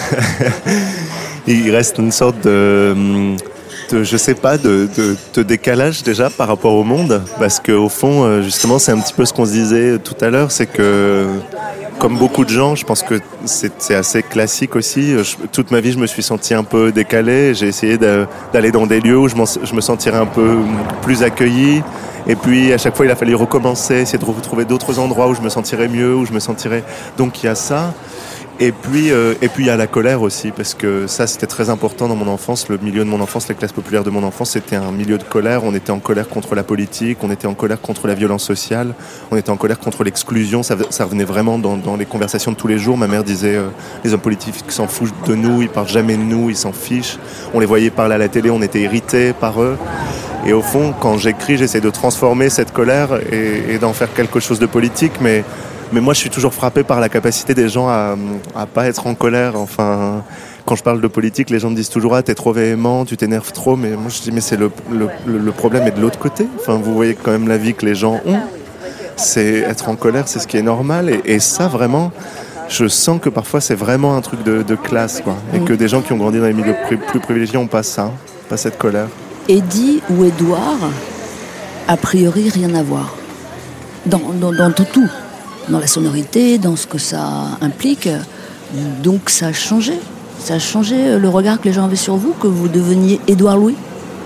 Il reste une sorte de, de je sais pas, de, de, de décalage déjà par rapport au monde, parce qu'au fond, justement, c'est un petit peu ce qu'on se disait tout à l'heure, c'est que comme beaucoup de gens, je pense que c'est, c'est assez classique aussi. Je, toute ma vie, je me suis senti un peu décalé. J'ai essayé de, d'aller dans des lieux où je, je me sentirais un peu plus accueilli. Et puis, à chaque fois, il a fallu recommencer, essayer de retrouver d'autres endroits où je me sentirais mieux, où je me sentirais... Donc, il y a ça. Et puis, euh, et puis il y a la colère aussi, parce que ça, c'était très important dans mon enfance. Le milieu de mon enfance, les classes populaires de mon enfance, c'était un milieu de colère. On était en colère contre la politique, on était en colère contre la violence sociale, on était en colère contre l'exclusion. Ça, ça revenait vraiment dans, dans les conversations de tous les jours. Ma mère disait euh, les hommes politiques s'en foutent de nous, ils parlent jamais de nous, ils s'en fichent. On les voyait parler à la télé, on était irrités par eux. Et au fond, quand j'écris, j'essaie de transformer cette colère et, et d'en faire quelque chose de politique, mais Mais moi, je suis toujours frappé par la capacité des gens à à pas être en colère. Enfin, quand je parle de politique, les gens me disent toujours « Ah, t'es trop véhément, tu t'énerves trop ». Mais moi, je dis « Mais c'est le, le, le problème est de l'autre côté. Enfin, vous voyez quand même la vie que les gens ont. C'est être en colère, c'est ce qui est normal. Et, et ça, vraiment, je sens que parfois, c'est vraiment un truc de, de classe, quoi. Et que des gens qui ont grandi dans les milieux plus, plus privilégiés n'ont pas ça, pas cette colère. Eddie ou Édouard, a priori, rien à voir. Dans, dans, dans tout. Dans la sonorité, dans ce que ça implique. Donc ça a changé. Ça a changé le regard que les gens avaient sur vous, que vous deveniez Édouard Louis ?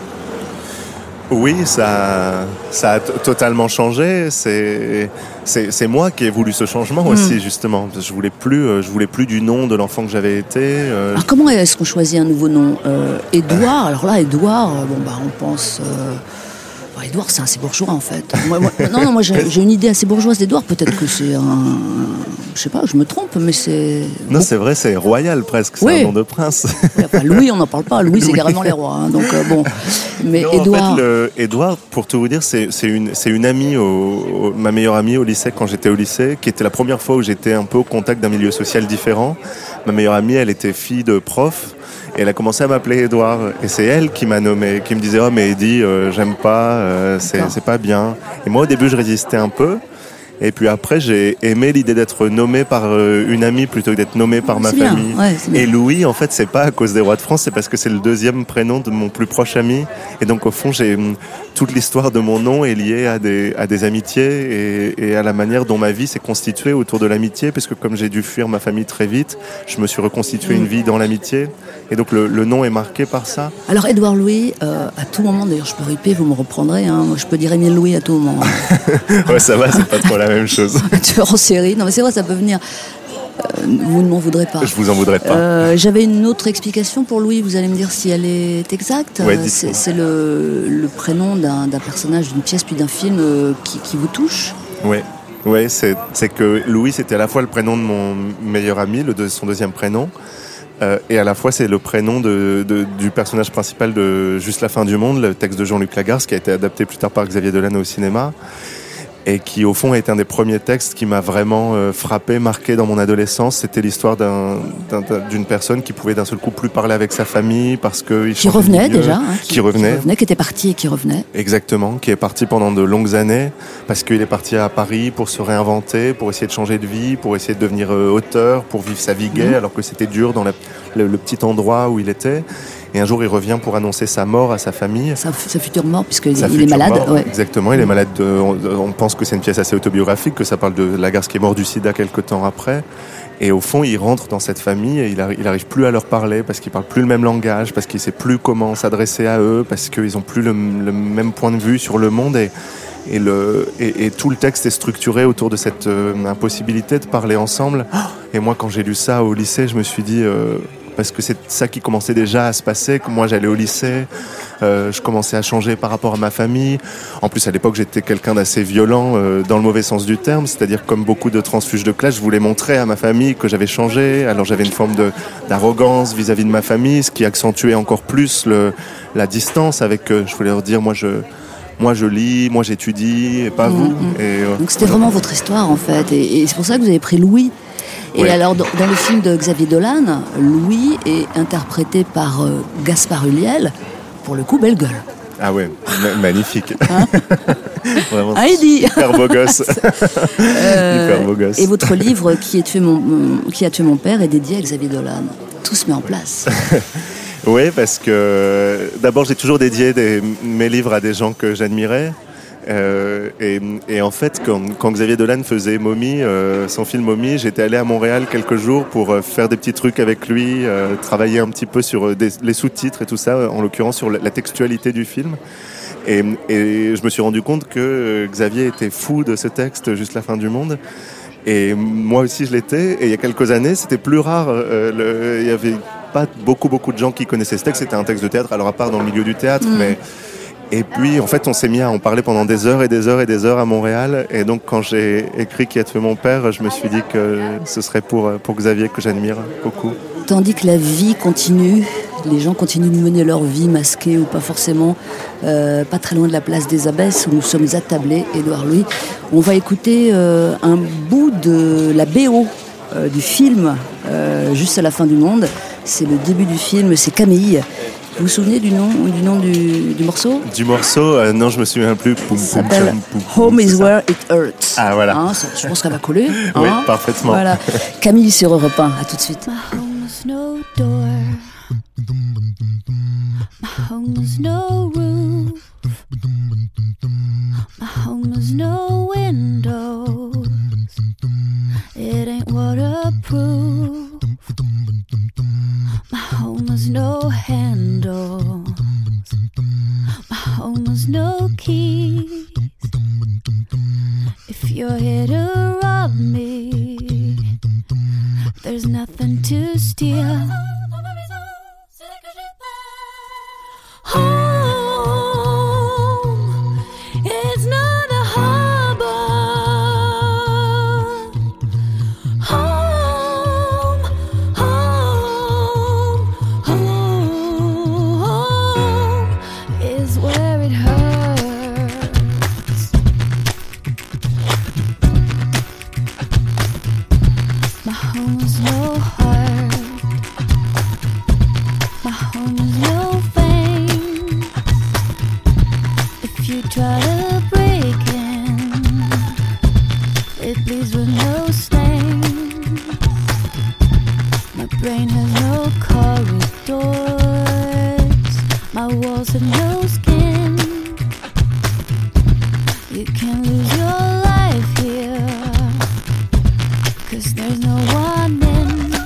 Oui, ça, ça a t- totalement changé. C'est, c'est, c'est moi qui ai voulu ce changement mmh. aussi, justement. Parce que je voulais plus, euh, je voulais plus du nom de l'enfant que j'avais été. Euh... Alors comment est-ce qu'on choisit un nouveau nom ? euh, Édouard, alors là, Édouard, bon bah on pense... Euh... Édouard, c'est assez bourgeois en fait. Moi, moi, non, non, moi j'ai, j'ai une idée assez bourgeoise d'Édouard. Peut-être que c'est un, je sais pas, je me trompe, mais c'est. Non, c'est vrai, c'est royal presque. C'est oui. Un nom de prince. Oui, enfin, Louis, on n'en parle pas. Louis, c'est carrément les rois. Hein, donc euh, bon, mais non, Édouard. En fait, le, Édouard, pour tout vous dire, c'est, c'est une, c'est une amie, au, au, ma meilleure amie au lycée quand j'étais au lycée, qui était la première fois où j'étais un peu au contact d'un milieu social différent. Ma meilleure amie, elle était fille de prof. Et elle a commencé à m'appeler Édouard. Et c'est elle qui m'a nommé, qui me disait « Oh, mais Eddie, euh, j'aime pas, euh, c'est, c'est pas bien. » Et moi, au début, je résistais un peu. Et puis après, j'ai aimé l'idée d'être nommé par euh, une amie plutôt que d'être nommé par ma C'est bien, famille. ouais, c'est bien. Et Louis, en fait, c'est pas à cause des Rois de France, c'est parce que c'est le deuxième prénom de mon plus proche ami. Et donc, au fond, j'ai toute l'histoire de mon nom est liée à des à des amitiés et, et à la manière dont ma vie s'est constituée autour de l'amitié, parce que comme j'ai dû fuir ma famille très vite, je me suis reconstitué mmh. une vie dans l'amitié. Et donc, le, le nom est marqué par ça. Alors, Édouard Louis, euh, à tout moment, d'ailleurs, je peux ripper, vous me reprendrez. Hein, je peux dire Émile Louis à tout moment. Ouais, ça va, c'est pas trop la même chose. Tueur en série. Non, mais c'est vrai, ça peut venir. Euh, vous ne m'en voudrez pas. Je vous en voudrais pas. Euh, j'avais une autre explication pour Louis. Vous allez me dire si elle est exacte. Ouais, c'est, c'est le, le prénom d'un, d'un personnage d'une pièce puis d'un film euh, qui, qui vous touche. Oui. Ouais, c'est, c'est que Louis, c'était à la fois le prénom de mon meilleur ami, le de, son deuxième prénom, euh, et à la fois c'est le prénom de, de, du personnage principal de Juste la fin du monde, le texte de Jean-Luc Lagarce, qui a été adapté plus tard par Xavier Dolan au cinéma, et qui au fond est un des premiers textes qui m'a vraiment euh, frappé, marqué dans mon adolescence. C'était l'histoire d'un, d'un, d'une personne qui pouvait d'un seul coup plus parler avec sa famille parce que il qui revenait déjà, hein, qui, qui, revenait, qui revenait, qui était parti et qui revenait. Exactement, qui est parti pendant de longues années parce qu'il est parti à Paris pour se réinventer, pour essayer de changer de vie, pour essayer de devenir euh, auteur, pour vivre sa vie gaie, mmh. alors que c'était dur dans la, le, le petit endroit où il était. Et un jour, il revient pour annoncer sa mort à sa famille. Sa, sa future mort, puisqu'il il est malade. Mort, ouais. Exactement, il est malade. De, on, on pense que c'est une pièce assez autobiographique, que ça parle de Lagarce qui est mort du sida quelques temps après. Et au fond, il rentre dans cette famille et il n'arrive il plus à leur parler parce qu'ils ne parlent plus le même langage, parce qu'il ne sait plus comment s'adresser à eux, parce qu'ils n'ont plus le, le même point de vue sur le monde. Et, et, le, et, et tout le texte est structuré autour de cette euh, impossibilité de parler ensemble. Et moi, quand j'ai lu ça au lycée, je me suis dit... Euh, parce que c'est ça qui commençait déjà à se passer, que moi j'allais au lycée, euh, je commençais à changer par rapport à ma famille. En plus, à l'époque, j'étais quelqu'un d'assez violent, euh, dans le mauvais sens du terme, c'est-à-dire comme beaucoup de transfuges de classe, je voulais montrer à ma famille que j'avais changé, alors j'avais une forme de, d'arrogance vis-à-vis de ma famille, ce qui accentuait encore plus le, la distance avec, euh, je voulais leur dire, moi je... Moi, je lis, moi, j'étudie, et pas mmh, vous. Mmh. Et, euh, Donc, c'était vraiment votre histoire, en fait. Et, et c'est pour ça que vous avez pris Louis. Et oui. alors, dans, dans le film de Xavier Dolan, Louis est interprété par euh, Gaspard Ulliel, pour le coup, belle gueule. Ah ouais, ma- magnifique. Hein Vraiment Heidi. Super beau gosse. euh, Hyper beau gosse. Et votre livre, qui, est tué mon, mon, qui a tué mon père, est dédié à Xavier Dolan. Tout se met en place. Oui, parce que d'abord j'ai toujours dédié des, mes livres à des gens que j'admirais. Euh, et, et en fait, quand, quand Xavier Dolan faisait Mommy, euh, son film Mommy, j'étais allé à Montréal quelques jours pour euh, faire des petits trucs avec lui, euh, travailler un petit peu sur des, les sous-titres et tout ça, en l'occurrence sur la, la textualité du film. Et, et je me suis rendu compte que Xavier était fou de ce texte, Juste la fin du monde. Et moi aussi je l'étais. Et il y a quelques années, c'était plus rare. Euh, le, il y avait pas beaucoup beaucoup de gens qui connaissaient ce texte. C'était un texte de théâtre, alors à part dans le milieu du théâtre, mmh. mais et puis en fait on s'est mis à en parler pendant des heures et des heures et des heures à Montréal. Et donc quand j'ai écrit Qui a tué mon père, je me suis dit que ce serait pour pour Xavier, que j'admire beaucoup. Tandis que la vie continue, les gens continuent de mener leur vie masquée ou pas forcément, euh, pas très loin de la place des Abbesses où nous sommes attablés, Édouard Louis. On va écouter euh, un bout de la B O euh, du film euh, Juste à la fin du monde. C'est le début du film, c'est Camille. Vous vous souvenez du nom, du, nom du, du morceau ? Du morceau, euh, non, je me souviens plus. Poum, ça poum, s'appelle chum, poum, Home poum, is ça. where it hurts. Ah voilà. Hein, ça, je pense qu'elle va coller. Hein, oui, parfaitement. Voilà. Camille sur Europe un, à tout de suite. My home was no door. My home was no roof. My home was no window. It ain't waterproof. My home was no handle. My home was no key. If you're here to rob me, there's nothing to steal. Home is not a harbor. Home, home, home is where it hurts. My home is no heart. my walls have no skin. You can lose your life here, 'cause there's no one in.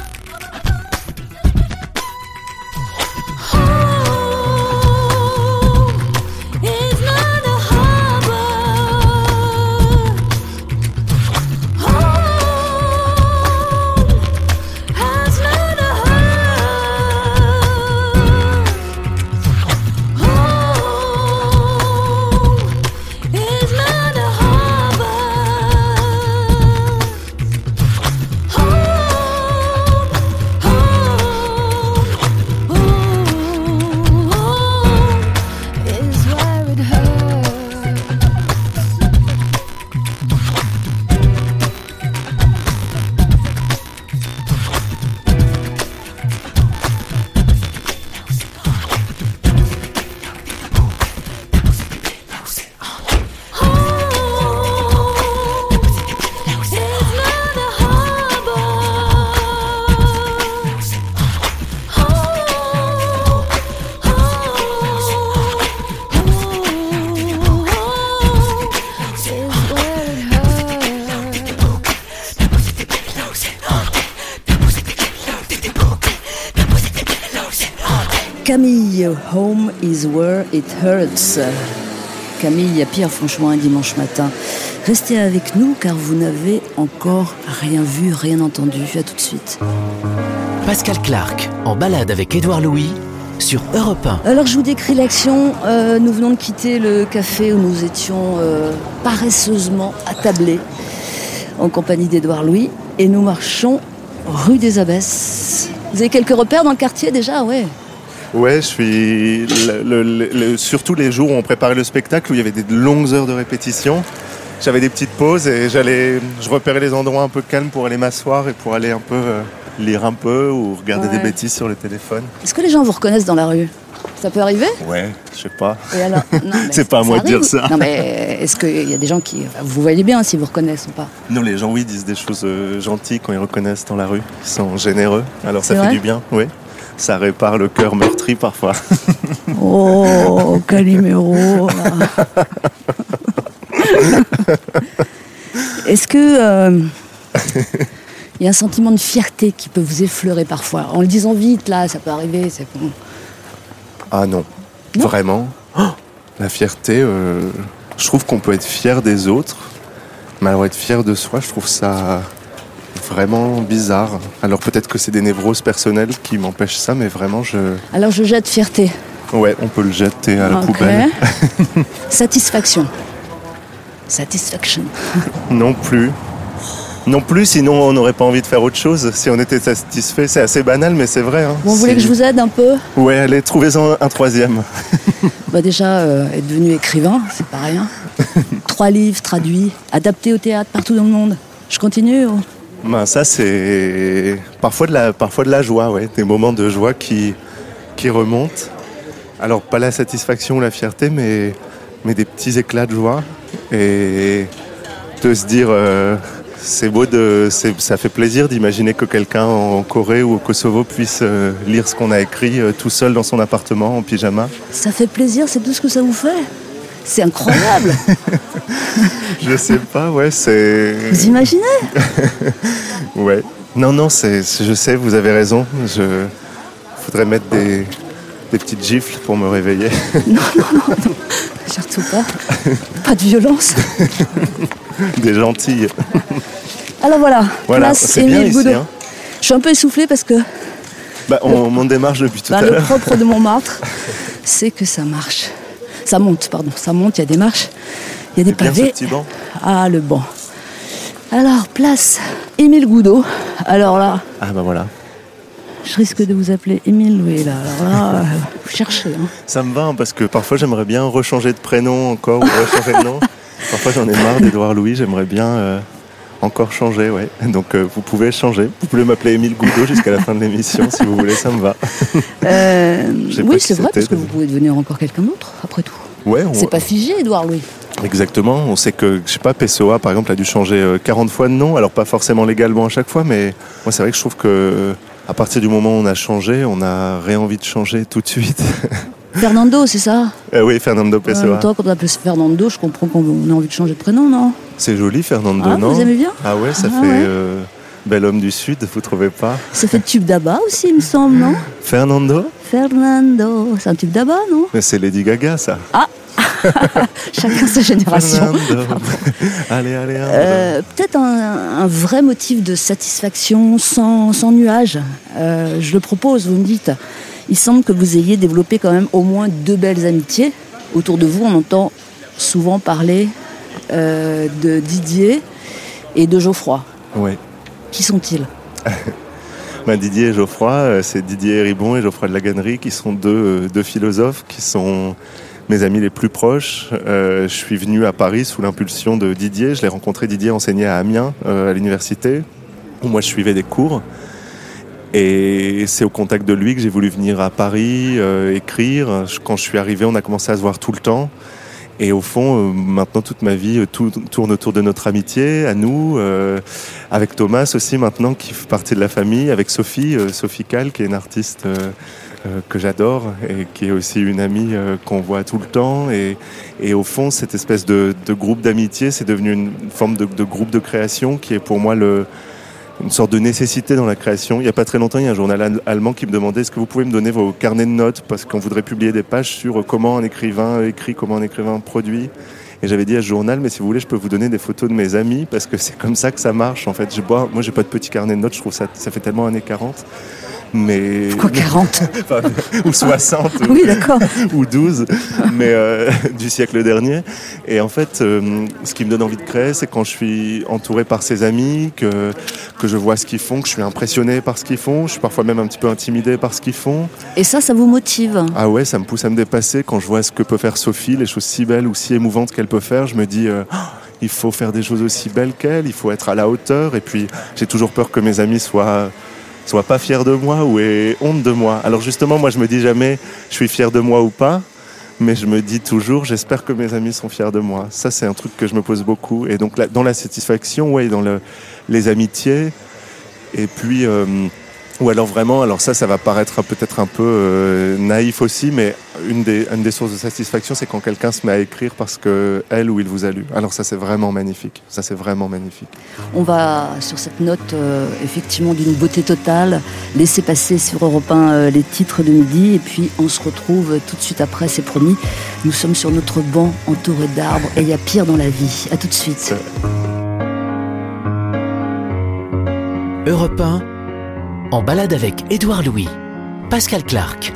Camille, Home is where it hurts. Camille, il y a pire franchement un dimanche matin. Restez avec nous car vous n'avez encore rien vu, rien entendu. À tout de suite. Pascal Clark, en balade avec Édouard Louis sur Europe un. Alors je vous décris l'action. Euh, nous venons de quitter le café où nous étions euh, paresseusement attablés en compagnie d'Édouard Louis et nous marchons rue des Abbesses. Vous avez quelques repères dans le quartier déjà? Ouais. Ouais, je suis le, le, le, le, surtout les jours où on préparait le spectacle, où il y avait des longues heures de répétition. J'avais des petites pauses et j'allais, je repérais les endroits un peu calmes pour aller m'asseoir et pour aller un peu euh, lire un peu ou regarder ouais. des bêtises sur le téléphone. Est-ce que les gens vous reconnaissent dans la rue? Ça peut arriver? Ouais, je sais pas. Et alors, non, c'est pas à moi de dire ça. Non mais est-ce qu'il y a des gens qui... Vous voyez bien s'ils vous reconnaissent ou pas? Non, les gens, oui, disent des choses euh, gentilles quand ils reconnaissent dans la rue. Ils sont généreux. Alors ça c'est fait vrai? du bien, oui. Ça répare le cœur meurtri parfois. Oh, Calimero. Est-ce que euh, il y a un sentiment de fierté qui peut vous effleurer parfois? En le disant vite, là, ça peut arriver. C'est bon. Ah non, non vraiment. Oh, la fierté, euh, je trouve qu'on peut être fier des autres, mais alors être fier de soi, je trouve ça vraiment bizarre. Alors peut-être que c'est des névroses personnelles qui m'empêchent ça, mais vraiment je... Alors je jette fierté. Ouais, on peut le jeter à la okay. poubelle. Satisfaction. Satisfaction. Non plus. Non plus, sinon on n'aurait pas envie de faire autre chose. Si on était satisfait, c'est assez banal, mais c'est vrai. Hein. Bon, vous voulez que je vous aide un peu? Ouais, allez, trouvez-en un troisième. Bah déjà, euh, être devenu écrivain, c'est pas rien. Trois livres traduits, adaptés au théâtre partout dans le monde. Je continue ou... Ben, ça, c'est parfois de la, parfois de la joie, ouais. Des moments de joie qui, qui remontent. Alors, pas la satisfaction ou la fierté, mais, mais des petits éclats de joie. Et de se dire, euh, c'est beau, de, c'est, ça fait plaisir d'imaginer que quelqu'un en Corée ou au Kosovo puisse euh, lire ce qu'on a écrit euh, tout seul dans son appartement, en pyjama. Ça fait plaisir, c'est tout ce que ça vous fait? C'est incroyable. Je sais pas, ouais, c'est... Vous imaginez? Ouais. Non, non, c'est, je sais, vous avez raison. Je faudrait mettre des, des petites gifles pour me réveiller. Non, non, non, non. Surtout pas. Pas de violence. Des gentilles. Alors voilà, voilà place c'est Émile bien ici, Goudot. hein. Je suis un peu essoufflée parce que... Bah, on, on démarche depuis tout bah, à le l'heure. Le propre de Montmartre, c'est que ça marche. Ça monte, pardon. Ça monte, il y a des marches, il y a des c'est pavés. Bien ce petit banc. Ah, le banc. Alors, place Émile Goudot. Alors là... Ah bah voilà. Je risque de vous appeler Émile, oui, là. Alors là, euh, vous cherchez. Hein. Ça me va, hein, parce que parfois j'aimerais bien rechanger de prénom encore, ou rechanger de nom. Parfois j'en ai marre d'Édouard Louis, j'aimerais bien euh, encore changer, ouais. Donc euh, vous pouvez changer. Vous pouvez m'appeler Émile Goudot jusqu'à la fin de l'émission, si vous voulez, ça me va. Euh, oui, c'est vrai, c'était, parce que vous pouvez devenir encore quelqu'un d'autre, après tout. Ouais, on... C'est pas figé, Édouard Louis. Exactement, on sait que, je sais pas, Pessoa par exemple a dû changer quarante fois de nom, alors pas forcément légalement à chaque fois, mais moi c'est vrai que je trouve que à partir du moment où on a changé, on a rien envie de changer tout de suite. Fernando, c'est ça? Euh, oui, Fernando En même Pessoa. temps, quand on appelle Fernando, je comprends qu'on a envie de changer de prénom, non? C'est joli, Fernando, Ah, non? vous aimez bien? Ah ouais, ça Ah fait ouais. euh, bel homme du Sud, vous trouvez pas? Ça fait tube d'Abba aussi, il me semble, non? Fernando? Fernando, c'est un tube d'Abba, non? Mais c'est Lady Gaga, ça. Chacun sa génération. Fernando. allez, allez, allez. Euh, peut-être un, un vrai motif de satisfaction sans, sans nuage. Euh, je le propose, vous me dites. Il semble que vous ayez développé quand même au moins deux belles amitiés. Autour de vous, on entend souvent parler euh, de Didier et de Geoffroy. Ouais. Qui sont-ils? Ben, Didier et Geoffroy, euh, c'est Didier Héribon et Geoffroy de Laganerie qui sont deux, euh, deux philosophes qui sont mes amis les plus proches. Euh, je suis venu à Paris sous l'impulsion de Didier. Je l'ai rencontré, Didier enseignait à Amiens, euh, à l'université, où moi je suivais des cours. Et c'est au contact de lui que j'ai voulu venir à Paris, euh, écrire. Quand je suis arrivé, on a commencé à se voir tout le temps. Et au fond, euh, maintenant, toute ma vie euh, tout, tourne autour de notre amitié, à nous, euh, avec Thomas aussi maintenant, qui fait partie de la famille, avec Sophie, euh, Sophie Calle, qui est une artiste euh, euh, que j'adore et qui est aussi une amie euh, qu'on voit tout le temps. Et, et au fond, cette espèce de, de groupe d'amitié, c'est devenu une forme de, de groupe de création qui est pour moi le... une sorte de nécessité dans la création. Il n'y a pas très longtemps, il y a un journal allemand qui me demandait est-ce que vous pouvez me donner vos carnets de notes parce qu'on voudrait publier des pages sur comment un écrivain écrit, comment un écrivain produit. Et j'avais dit à ce journal, mais si vous voulez, je peux vous donner des photos de mes amis parce que c'est comme ça que ça marche. En fait, je bois, moi, j'ai pas de petit carnet de notes, je trouve ça, ça fait tellement années quarante. Mais... Pourquoi quarante? Enfin, ou soixante. Oui, d'accord. Ou douze, mais euh, du siècle dernier. Et en fait, euh, ce qui me donne envie de créer, c'est quand je suis entouré par ses amis, que, que je vois ce qu'ils font, que je suis impressionné par ce qu'ils font, je suis parfois même un petit peu intimidé par ce qu'ils font. Et ça, ça vous motive? Ah ouais, ça me pousse à me dépasser. Quand je vois ce que peut faire Sophie, les choses si belles ou si émouvantes qu'elle peut faire, je me dis... Euh, oh, il faut faire des choses aussi belles qu'elle, il faut être à la hauteur. Et puis, j'ai toujours peur que mes amis soient... soient pas fiers de moi ou aient honte de moi. Alors justement, moi je me dis jamais je suis fier de moi ou pas, mais je me dis toujours j'espère que mes amis sont fiers de moi. Ça c'est un truc que je me pose beaucoup. Et donc là, dans la satisfaction, ouais, dans le, les amitiés, et puis euh, ou alors vraiment, alors ça, ça va paraître peut-être un peu euh, naïf aussi, mais une des, une des sources de satisfaction, c'est quand quelqu'un se met à écrire parce que elle ou il vous a lu. Alors ça, c'est vraiment magnifique. Ça, c'est vraiment magnifique. On va, sur cette note, euh, effectivement, d'une beauté totale, laisser passer sur Europe un euh, les titres de midi, et puis on se retrouve tout de suite après, c'est promis. Nous sommes sur notre banc, entouré d'arbres, et il y a pire dans la vie. À tout de suite. Europe un, en balade avec Édouard Louis, Pascal Clark.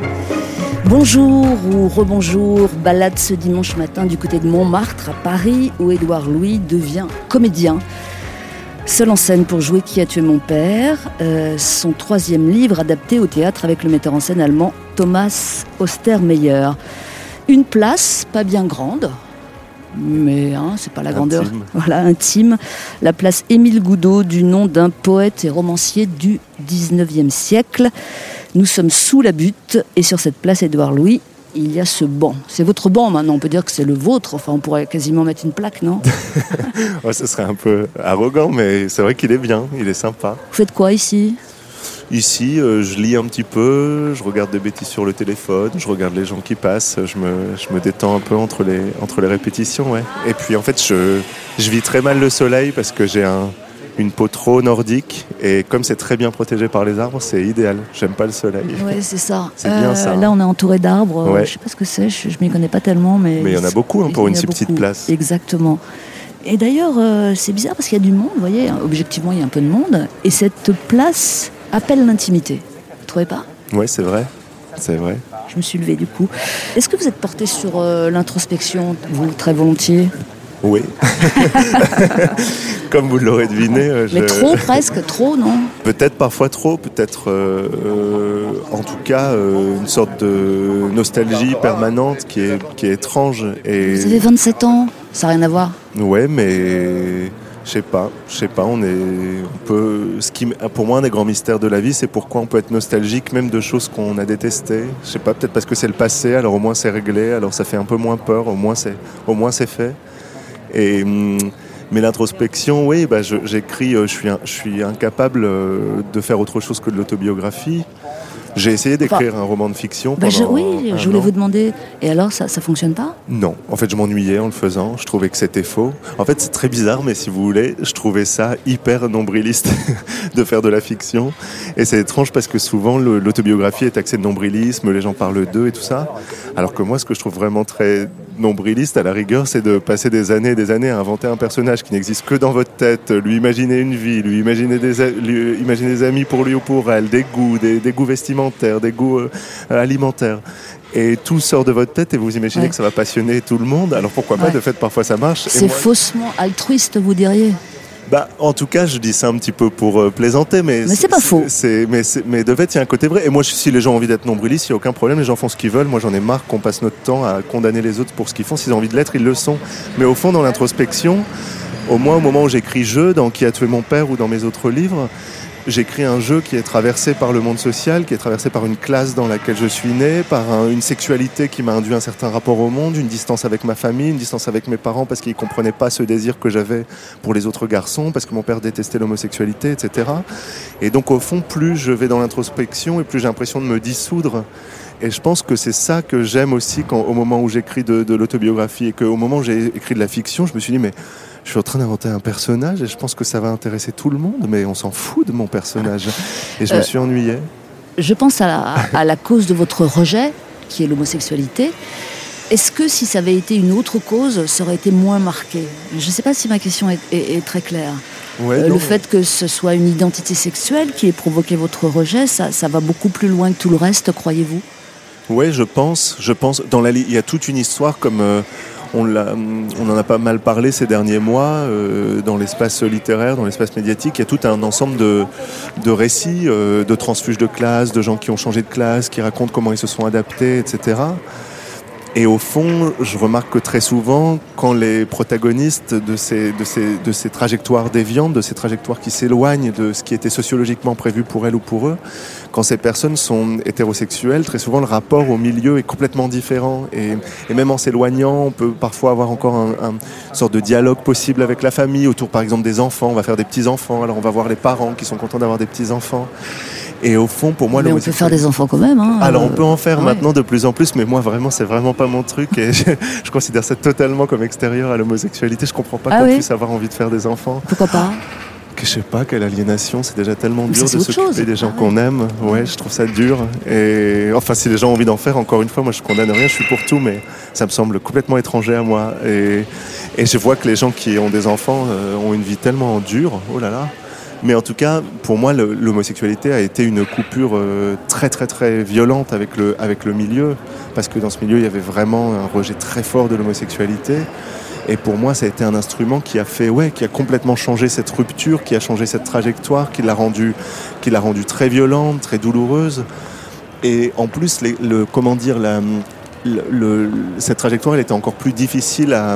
Bonjour ou rebonjour, balade ce dimanche matin du côté de Montmartre à Paris où Édouard Louis devient comédien. Seul en scène pour jouer Qui a tué mon père, euh, son troisième livre adapté au théâtre avec le metteur en scène allemand Thomas Ostermeyer. Une place pas bien grande, mais hein, c'est pas la grandeur, Intime. voilà, intime. La place Émile Goudot, du nom d'un poète et romancier du dix-neuvième siècle. Nous sommes sous la butte et sur cette place Édouard Louis, il y a ce banc. C'est votre banc maintenant, on peut dire que c'est le vôtre. Enfin, on pourrait quasiment mettre une plaque, non? Ouais, ce serait un peu arrogant, mais c'est vrai qu'il est bien, il est sympa. Vous faites quoi ici? Ici, euh, je lis un petit peu, je regarde des bêtises sur le téléphone, je regarde les gens qui passent, je me, je me détends un peu entre les, entre les répétitions, ouais. Et puis en fait, je, je vis très mal le soleil parce que j'ai un, une peau trop nordique et comme c'est très bien protégé par les arbres, c'est idéal. J'aime pas le soleil. Oui, c'est ça. C'est bien ça, Là, hein. on est entouré d'arbres. Ouais. Je sais pas ce que c'est, je, je m'y connais pas tellement, mais... Mais il y en a beaucoup, hein, pour il y une en a si petite beaucoup. place. Exactement. Et d'ailleurs, euh, c'est bizarre parce qu'il y a du monde, vous voyez, objectivement, il y a un peu de monde, et cette place appelle l'intimité. Vous trouvez pas? Ouais, c'est vrai, c'est vrai. Je me suis levée du coup. Est-ce que vous êtes porté sur euh, l'introspection, vous, très volontiers? Oui. Comme vous l'aurez deviné. euh, Mais je- trop, presque, trop, non? Peut-être parfois trop, peut-être euh, euh, en tout cas euh, une sorte de nostalgie permanente qui est, qui est étrange. Et... Vous avez vingt-sept ans, ça n'a rien à voir. Ouais, mais je sais pas, je sais pas, on est, on peut, ce qui, pour moi, un des grands mystères de la vie, c'est pourquoi on peut être nostalgique même de choses qu'on a détestées. Je sais pas, peut-être parce que c'est le passé, alors au moins c'est réglé, alors ça fait un peu moins peur, au moins c'est, au moins c'est fait. Et hum, mais l'introspection, oui, bah, je, j'écris, euh, je suis, un, je suis incapable euh, de faire autre chose que de l'autobiographie. J'ai essayé d'écrire enfin, un roman de fiction bah pendant je, Oui, un je voulais an. vous demander. Et alors, ça ne fonctionne pas ? Non. En fait, je m'ennuyais en le faisant. Je trouvais que c'était faux. En fait, c'est très bizarre, mais si vous voulez, je trouvais ça hyper nombriliste de faire de la fiction. Et c'est étrange parce que souvent, le, l'autobiographie est axée de nombrilisme, les gens parlent d'eux et tout ça. Alors que moi, ce que je trouve vraiment très nombriliste, à la rigueur, c'est de passer des années et des années à inventer un personnage qui n'existe que dans votre tête, lui imaginer une vie, lui imaginer des, lui imaginer des amis pour lui ou pour elle, des goûts, des, des goûts vestimentaires, des goûts euh, alimentaires. Et tout sort de votre tête et vous imaginez ouais. que ça va passionner tout le monde. Alors pourquoi pas, ouais. de fait, parfois ça marche. C'est et moi... faussement altruiste, vous diriez ? Bah, en tout cas, je dis ça un petit peu pour euh, plaisanter, mais, mais c'est, c'est pas faux. C'est, mais, c'est, mais de fait, il y a un côté vrai. Et moi, si les gens ont envie d'être nombrilistes, il n'y a aucun problème. Les gens font ce qu'ils veulent. Moi, j'en ai marre qu'on passe notre temps à condamner les autres pour ce qu'ils font. S'ils ont envie de l'être, ils le sont. Mais au fond, dans l'introspection, au moins au moment où j'écris jeu, dans Qui a tué mon père ou dans mes autres livres, j'écris un jeu qui est traversé par le monde social, qui est traversé par une classe dans laquelle je suis né, par un, une sexualité qui m'a induit un certain rapport au monde, une distance avec ma famille, une distance avec mes parents parce qu'ils ne comprenaient pas ce désir que j'avais pour les autres garçons, parce que mon père détestait l'homosexualité, et cetera. Et donc au fond, plus je vais dans l'introspection et plus j'ai l'impression de me dissoudre. Et je pense que c'est ça que j'aime aussi quand, au moment où j'écris de, de l'autobiographie et qu'au moment où j'ai écrit de la fiction, je me suis dit mais je suis en train d'inventer un personnage et je pense que ça va intéresser tout le monde, mais on s'en fout de mon personnage. Et je euh, me suis ennuyé. Je pense à la, à la cause de votre rejet, qui est l'homosexualité. Est-ce que si ça avait été une autre cause, ça aurait été moins marqué ? Je ne sais pas si ma question est, est, est très claire. Ouais, euh, le fait que ce soit une identité sexuelle qui ait provoqué votre rejet, ça, ça va beaucoup plus loin que tout le reste, croyez-vous ? Oui, je pense. Je pense. Dans la, il y a toute une histoire comme... Euh, On, l'a, on en a pas mal parlé ces derniers mois euh, dans l'espace littéraire, dans l'espace médiatique. Il y a tout un ensemble de, de récits, euh, de transfuges de classe, de gens qui ont changé de classe, qui racontent comment ils se sont adaptés, et cetera. Et au fond, je remarque que très souvent, quand les protagonistes de ces, de ces, de ces trajectoires déviantes, de ces trajectoires qui s'éloignent de ce qui était sociologiquement prévu pour elles ou pour eux, quand ces personnes sont hétérosexuelles, très souvent le rapport au milieu est complètement différent. Et, et même en s'éloignant, on peut parfois avoir encore un, un une sorte de dialogue possible avec la famille, autour par exemple des enfants. On va faire des petits-enfants, alors on va voir les parents qui sont contents d'avoir des petits-enfants. Et au fond, pour moi, mais on peut faire des enfants quand même. Hein, alors, on peut en faire ouais. maintenant de plus en plus, mais moi, vraiment, c'est vraiment pas mon truc. Et je, je considère ça totalement comme extérieur à l'homosexualité. Je comprends pas ah qu'on oui. puisse avoir envie de faire des enfants. Pourquoi pas ? Que je sais pas, quelle aliénation. C'est déjà tellement mais dur ça, de s'occuper chose. des gens ah, qu'on ouais. aime. Ouais, je trouve ça dur. Et enfin, si les gens ont envie d'en faire, encore une fois, moi, je condamne rien. Je suis pour tout, mais ça me semble complètement étranger à moi. Et, et je vois que les gens qui ont des enfants euh, ont une vie tellement dure. Oh là là. Mais en tout cas, pour moi, le, l'homosexualité a été une coupure euh, très très très violente avec le, avec le milieu, parce que dans ce milieu, il y avait vraiment un rejet très fort de l'homosexualité. Et pour moi, ça a été un instrument qui a fait, ouais, qui a complètement changé cette rupture, qui a changé cette trajectoire, qui l'a rendue, qui l'a rendue très violente, très douloureuse. Et en plus, les, le, comment dire, la, le, le, cette trajectoire, elle était encore plus difficile à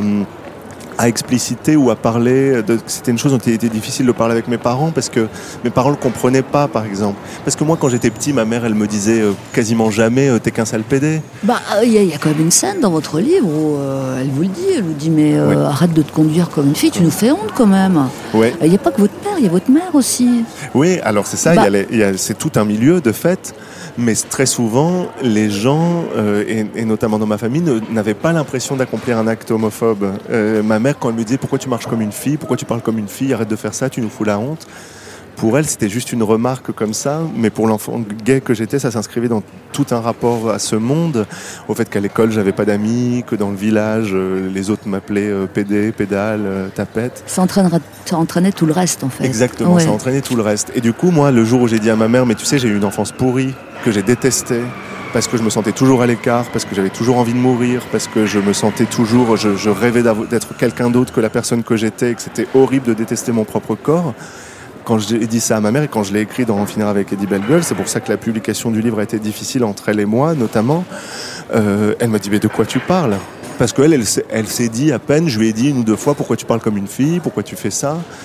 à expliciter ou à parler de, c'était une chose dont il était difficile de parler avec mes parents parce que mes parents le comprenaient pas, par exemple. Parce que moi, quand j'étais petit, ma mère, elle me disait euh, quasiment jamais euh, t'es qu'un sale pédé. Bah, il y, y a quand même une scène dans votre livre où euh, elle vous le dit, elle vous dit mais euh, ouais. arrête de te conduire comme une fille, tu nous fais honte quand même. Il ouais. n'y a pas que votre père, il y a votre mère aussi. Oui, alors c'est ça, bah, y a les, y a, c'est tout un milieu de fait. Mais très souvent, les gens, euh, et, et notamment dans ma famille, ne, n'avaient pas l'impression d'accomplir un acte homophobe. Euh, ma mère, quand elle me disait « Pourquoi tu marches comme une fille ? Pourquoi tu parles comme une fille ? Arrête de faire ça, tu nous fous la honte », pour elle, c'était juste une remarque comme ça. Mais pour l'enfant gay que j'étais, ça s'inscrivait dans tout un rapport à ce monde. Au fait qu'à l'école, j'avais pas d'amis, que dans le village, euh, les autres m'appelaient euh, pédé, pédale, euh, tapette. Ça, ça entraînait tout le reste, en fait. Exactement, ouais. ça entraînait tout le reste. Et du coup, moi, le jour où j'ai dit à ma mère « Mais tu sais, j'ai eu une enfance pourrie, que j'ai détestée, parce que je me sentais toujours à l'écart, parce que j'avais toujours envie de mourir, parce que je me sentais toujours, je, je rêvais d'être quelqu'un d'autre que la personne que j'étais, et que c'était horrible de détester mon propre corps. » Quand j'ai dit ça à ma mère et quand je l'ai écrit dans En finir avec Eddie Bellegueule, c'est pour ça que la publication du livre a été difficile entre elle et moi, notamment. Euh, elle m'a dit « Mais de quoi tu parles ?» Parce qu'elle, elle, elle s'est dit à peine, je lui ai dit une ou deux fois « Pourquoi tu parles comme une fille ? Pourquoi tu fais ça ?»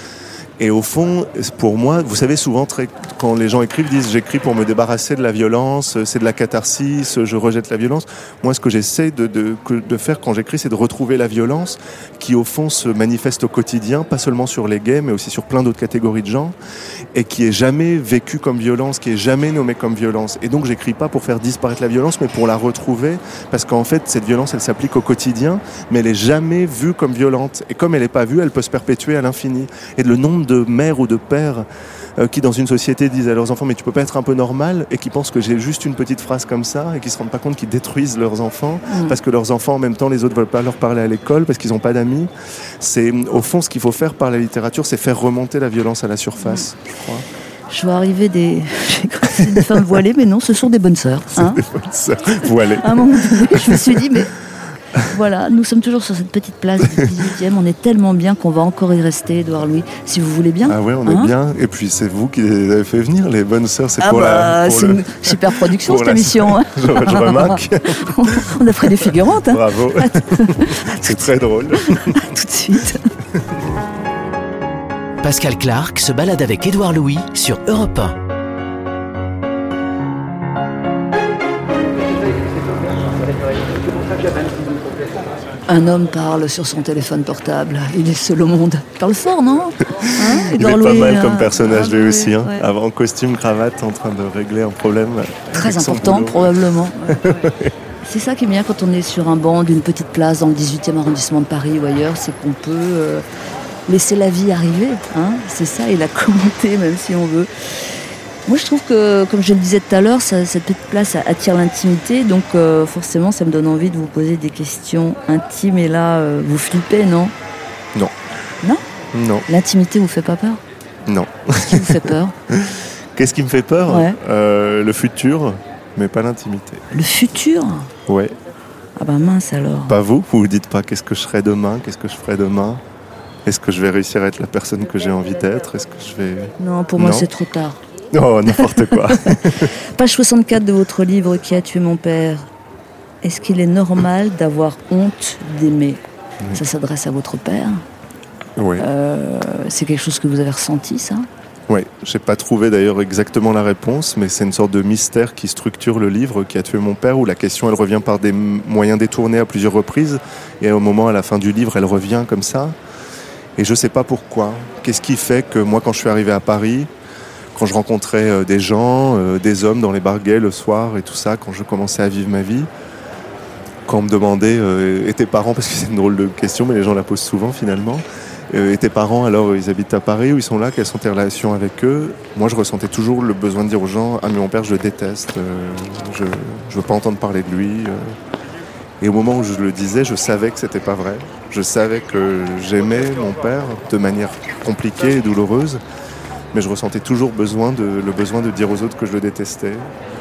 Et au fond, pour moi, vous savez, souvent, très, quand les gens écrivent, disent « j'écris pour me débarrasser de la violence, c'est de la catharsis, je rejette la violence ». Moi, ce que j'essaie de, de, de faire quand j'écris, c'est de retrouver la violence qui, au fond, se manifeste au quotidien, pas seulement sur les gays, mais aussi sur plein d'autres catégories de gens, et qui est jamais vécue comme violence, qui est jamais nommée comme violence. Et donc, j'écris pas pour faire disparaître la violence, mais pour la retrouver, parce qu'en fait, cette violence, elle s'applique au quotidien, mais elle est jamais vue comme violente. Et comme elle est pas vue, elle peut se perpétuer à l'infini. Et le nombre de mères ou de pères euh, qui dans une société disent à leurs enfants mais tu peux pas être un peu normal, et qui pensent que j'ai juste une petite phrase comme ça et qui se rendent pas compte qu'ils détruisent leurs enfants mmh. parce que leurs enfants en même temps les autres veulent pas leur parler à l'école parce qu'ils ont pas d'amis. C'est au fond ce qu'il faut faire par la littérature, c'est faire remonter la violence à la surface, mmh. je crois. Je vois arriver des... J'ai cru que c'était des femmes voilées, mais non, ce sont des bonnes sœurs. Hein, c'est des bonnes sœurs voilées. À un moment donné, je me suis dit mais voilà, nous sommes toujours sur cette petite place du dix-huitième. On est tellement bien qu'on va encore y rester, Édouard Louis, si vous voulez bien. Ah ouais, on hein est bien. Et puis c'est vous qui les avez fait venir, les bonnes sœurs. C'est ah pour bah, la. Pour c'est le... une super production cette la... émission. Hein. je, je remarque. On a pris des figurantes. Hein. Bravo. C'est très drôle. À tout de suite. Pascal Clark se balade avec Édouard Louis sur Europe un. Un homme parle sur son téléphone portable. Il est seul au monde. Il parle fort, non hein, il est Louis, pas mal euh, comme personnage, ah, lui aussi. Hein. Ouais. Avant costume, cravate, en train de régler un problème. Très important, probablement. Ouais. C'est ça qui est bien quand on est sur un banc d'une petite place dans le dix-huitième arrondissement de Paris ou ailleurs, c'est qu'on peut euh, laisser la vie arriver. Hein. C'est ça, et la commenter, même si on veut. Moi, je trouve que, comme je le disais tout à l'heure, ça, cette petite place attire l'intimité. Donc, euh, forcément, ça me donne envie de vous poser des questions intimes. Et là, euh, vous flippez, non ? Non. Non ? Non. L'intimité vous fait pas peur ? Non. Qu'est-ce qui vous fait peur ? Qu'est-ce qui me fait peur ? Ouais. euh, Le futur, mais pas l'intimité. Le futur ? Ouais. Ah bah mince alors. Pas vous ? Vous vous dites pas qu'est-ce que je serai demain ? Qu'est-ce que je ferai demain ? Est-ce que je vais réussir à être la personne que j'ai envie d'être ? Est-ce que je vais... Non, pour moi, non. c'est trop tard. Oh, n'importe quoi. Page soixante-quatre de votre livre Qui a tué mon père. Est-ce qu'il est normal d'avoir honte d'aimer ? Oui. Ça s'adresse à votre père. Oui. Euh, c'est quelque chose que vous avez ressenti, ça ? Oui, je n'ai pas trouvé d'ailleurs exactement la réponse, mais c'est une sorte de mystère qui structure le livre Qui a tué mon père, où la question elle revient par des moyens détournés à plusieurs reprises, et au moment à la fin du livre elle revient comme ça. Et je ne sais pas pourquoi. Qu'est-ce qui fait que moi quand je suis arrivé à Paris, quand je rencontrais euh, des gens, euh, des hommes dans les bars gays le soir et tout ça, quand je commençais à vivre ma vie, quand on me demandait euh, et tes parents, parce que c'est une drôle de question, mais les gens la posent souvent finalement, euh, et tes parents, alors ils habitent à Paris ou ils sont là, quelles sont tes relations avec eux ? Moi je ressentais toujours le besoin de dire aux gens, ah mais mon père je le déteste, euh, je ne veux pas entendre parler de lui. Euh. Et au moment où je le disais, je savais que c'était pas vrai. Je savais que j'aimais mon père de manière compliquée et douloureuse, mais je ressentais toujours besoin de, le besoin de dire aux autres que je le détestais.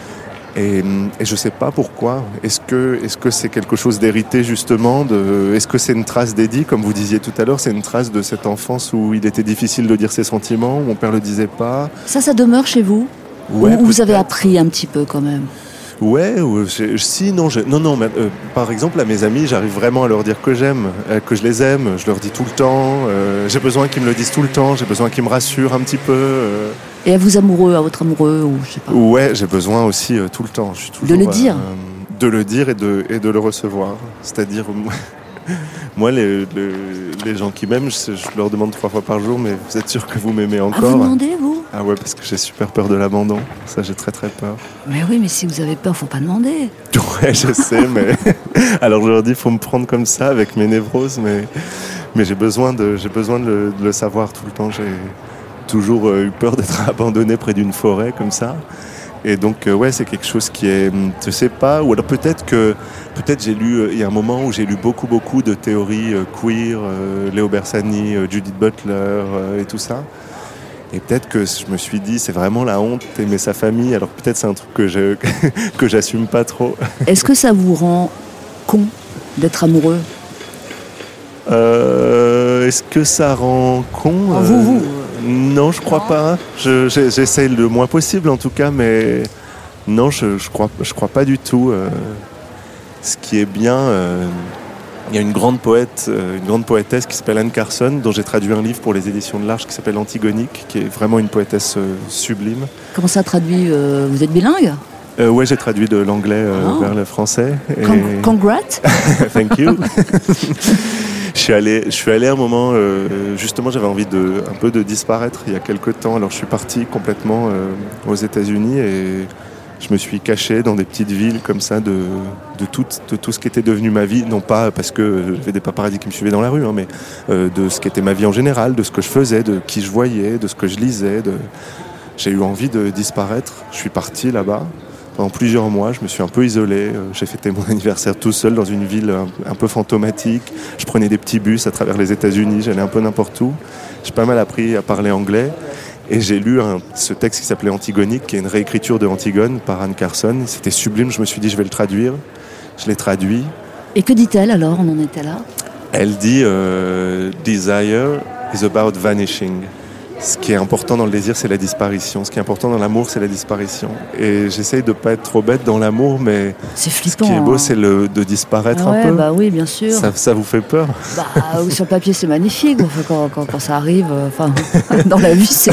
Et, et je ne sais pas pourquoi. Est-ce que, est-ce que c'est quelque chose d'hérité, justement de, est-ce que c'est une trace d'Eddie, comme vous disiez tout à l'heure, c'est une trace de cette enfance où il était difficile de dire ses sentiments, où mon père ne le disait pas ? Ça, ça demeure chez vous ? Ouais, ou vous avez appris un petit peu quand même ? Ouais, ou je, si, non, je, non, non, mais, euh, par exemple, à mes amis, j'arrive vraiment à leur dire que j'aime, euh, que je les aime, je leur dis tout le temps, euh, j'ai besoin qu'ils me le disent tout le temps, j'ai besoin qu'ils me rassurent un petit peu. Euh. Et à vos amoureux, à votre amoureux, ou je sais pas. Ouais, j'ai besoin aussi euh, tout le temps. Je suis toujours, de le dire euh, de le dire et de, et de le recevoir. C'est-à-dire, moi, les, les, les gens qui m'aiment, je, je leur demande trois fois par jour, mais vous êtes sûr que vous m'aimez encore ? Ah, vous demandez, vous ? Ah ouais, parce que j'ai super peur de l'abandon. Ça, j'ai très très peur. Mais oui, mais si vous avez peur, faut pas demander. Ouais, je sais, mais... Alors je leur dis, faut me prendre comme ça, avec mes névroses, mais, mais j'ai besoin, de... j'ai besoin de, le... de le savoir tout le temps. J'ai toujours eu peur d'être abandonné près d'une forêt, comme ça. Et donc, euh, ouais, c'est quelque chose qui est... Je sais pas, ou alors peut-être que... Peut-être j'ai lu... Euh, il y a un moment où j'ai lu beaucoup, beaucoup de théories euh, queer, euh, Léo Bersani, euh, Judith Butler euh, et tout ça. Et peut-être que je me suis dit, c'est vraiment la honte d'aimer sa famille. Alors peut-être c'est un truc que je que j'assume pas trop. Est-ce que ça vous rend con d'être amoureux ? euh, Est-ce que ça rend con ? ah, Vous, vous Non, je crois non. pas. Je, je, j'essaie le moins possible en tout cas, mais non, je, je crois, je crois pas du tout. Euh, ce qui est bien... Euh, Il y a une grande poète, euh, une grande poétesse qui s'appelle Anne Carson, dont j'ai traduit un livre pour les éditions de l'Arche qui s'appelle Antigonique, qui est vraiment une poétesse euh, sublime. Comment ça traduit euh, Vous êtes bilingue? Euh, ouais, j'ai traduit de l'anglais euh, Oh. vers le français. Et... Con- Congrats. Thank you. je suis allé, je suis allé un moment, euh, justement, j'avais envie de, un peu de disparaître il y a quelques temps. Alors, je suis parti complètement euh, aux États-Unis et je me suis caché dans des petites villes comme ça de, de, tout, de tout ce qui était devenu ma vie. Non pas parce que j'avais des paparazzis qui me suivaient dans la rue, hein, mais euh, de ce qui était ma vie en général, de ce que je faisais, de qui je voyais, de ce que je lisais. De... J'ai eu envie de disparaître. Je suis parti là-bas. Pendant plusieurs mois, je me suis un peu isolé. J'ai fêté mon anniversaire tout seul dans une ville un, un peu fantomatique. Je prenais des petits bus à travers les États-Unis. J'allais un peu n'importe où. J'ai pas mal appris à parler anglais. Et j'ai lu un, ce texte qui s'appelait Antigonique, qui est une réécriture de Antigone par Anne Carson. C'était sublime. Je me suis dit, je vais le traduire. Je l'ai traduit. Et que dit-elle alors? On en était là. Elle dit euh, « Desire is about vanishing ». Ce qui est important dans le désir, c'est la disparition. Ce qui est important dans l'amour, c'est la disparition. Et j'essaye de pas être trop bête dans l'amour, mais C'est ce flippant. qui est beau, hein. c'est le, de disparaître Ouais, un peu. bah oui, bien sûr. Ça, ça vous fait peur? Bah, ou sur le papier, c'est magnifique. Enfin, quand, quand, quand ça arrive, euh, enfin, dans la vie, c'est.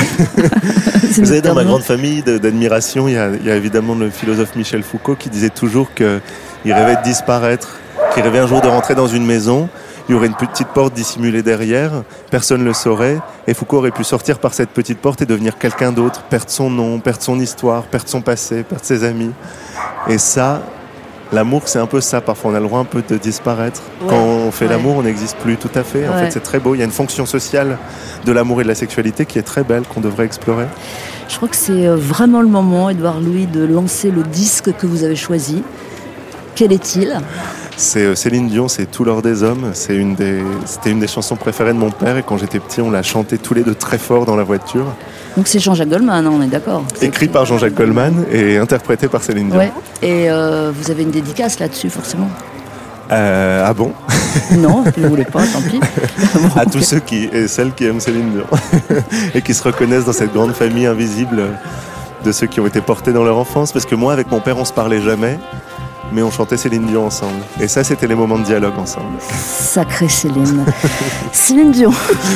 c'est Vous savez, dans ma tellement- grande famille de- d'admiration, il y, a, il y a évidemment le philosophe Michel Foucault qui disait toujours qu'il rêvait de disparaître, qu'il rêvait un jour de rentrer dans une maison. Il y aurait une petite porte dissimulée derrière, personne ne le saurait, et Foucault aurait pu sortir par cette petite porte et devenir quelqu'un d'autre, perdre son nom, perdre son histoire, perdre son passé, perdre ses amis. Et ça, l'amour, c'est un peu ça. Parfois, on a le droit un peu de disparaître. Ouais, Quand on fait ouais. l'amour, on n'existe plus tout à fait. En Ouais. fait, c'est très beau. Il y a une fonction sociale de l'amour et de la sexualité qui est très belle, qu'on devrait explorer. Je crois que c'est euh, vraiment le moment, Édouard Louis, de lancer le disque que vous avez choisi. Quel est-il? C'est euh, Céline Dion, c'est Tout l'or des hommes. C'est une des, c'était une des chansons préférées de mon père et quand j'étais petit, on l'a chanté tous les deux très fort dans la voiture. Donc c'est Jean-Jacques Goldman, hein, on est d'accord. C'est- Écrit par Jean-Jacques Goldman et interprété par Céline Dion. Ouais. Et euh, vous avez une dédicace là-dessus, forcément. Euh, ah bon? Non, je ne voulais pas, tant pis. Bon, À tous ceux qui et celles qui aiment Céline Dion et qui se reconnaissent dans cette grande famille invisible de ceux qui ont été portés dans leur enfance. Parce que moi, avec mon père, on se parlait jamais, mais on chantait Céline Dion ensemble. Et ça, c'était les moments de dialogue ensemble. Sacrée Céline. Céline Dion.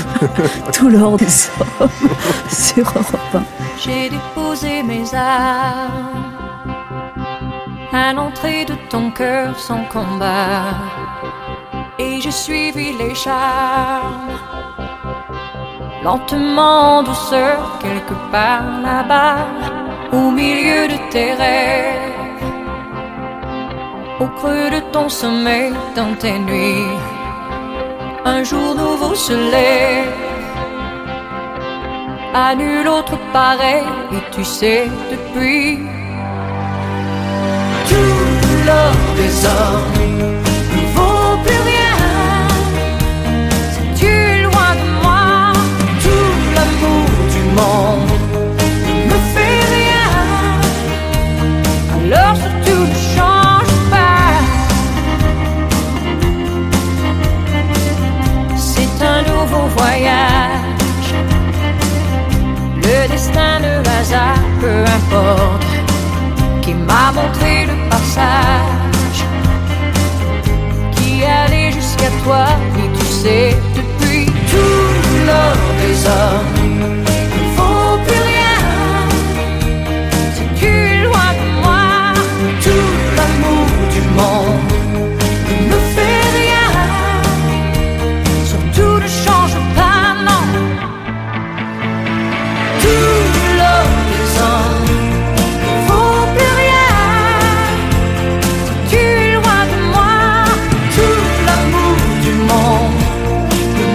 Tout l'or des hommes sur Europe un. J'ai déposé mes armes à l'entrée de ton cœur sans combat, et j'ai suivi les charmes lentement, en douceur, quelque part là-bas, au milieu de tes rêves, au creux de ton sommeil, dans tes nuits. Un jour nouveau se lève, à nul autre pareil, et tu sais depuis tout l'or des hommes ne vaut plus rien si tu es loin de moi. Tout l'amour du monde ne me fait rien, alors surtout ne change pas. C'est un nouveau voyage, le destin, le hasard, peu importe, qui m'a montré le passage, qui allait jusqu'à toi, et tu sais depuis tout l'or des hommes ne vaut plus rien si tu es loin de moi. Tout l'amour du monde ne me fait rien, surtout ne change pas, non. Tout l'or des hommes ne vaut plus rien si tu es loin de moi. Tout l'amour du monde ne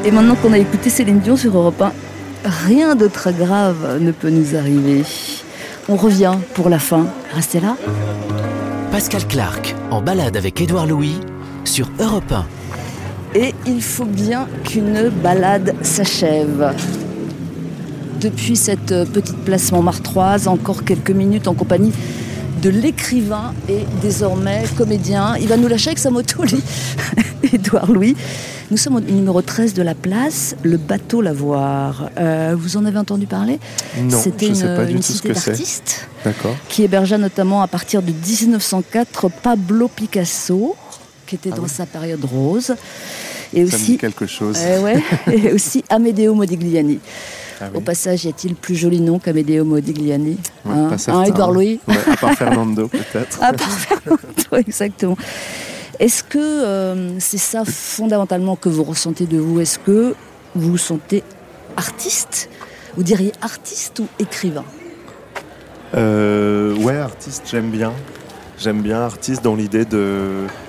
Et maintenant qu'on a écouté Céline Dion sur Europe un, rien de très grave ne peut nous arriver. On revient pour la fin. Restez là. Pascal Clark, en balade avec Édouard Louis sur Europe un. Et il faut bien qu'une balade s'achève. Depuis cette petite place montmartroise, encore quelques minutes en compagnie de l'écrivain et désormais comédien. Il va nous lâcher avec sa moto, lui, Édouard Louis. Nous sommes au numéro treize de la place, le bateau Lavoir. Euh, vous en avez entendu parler ? Non, C'était je une, sais pas du une tout ce cité que c'est. d'artistes D'accord. qui hébergea notamment à partir de dix-neuf cent quatre Pablo Picasso, qui était Ah dans oui. sa période rose. Et Ça me aussi, dit quelque chose. euh, ouais, et aussi Amedeo Modigliani. Ah oui. Au passage, y a-t-il plus joli nom qu'Amedeo Modigliani ? Ouais, Hein, pas hein, certain. Édouard Louis ? Ouais, à part Fernando, peut-être. À part Fernando, exactement. Est-ce que euh, c'est ça fondamentalement que vous ressentez de vous ? Est-ce que vous vous sentez artiste ? Vous diriez artiste ou écrivain ? Euh, ouais, artiste, j'aime bien. J'aime bien artiste dans l'idée de,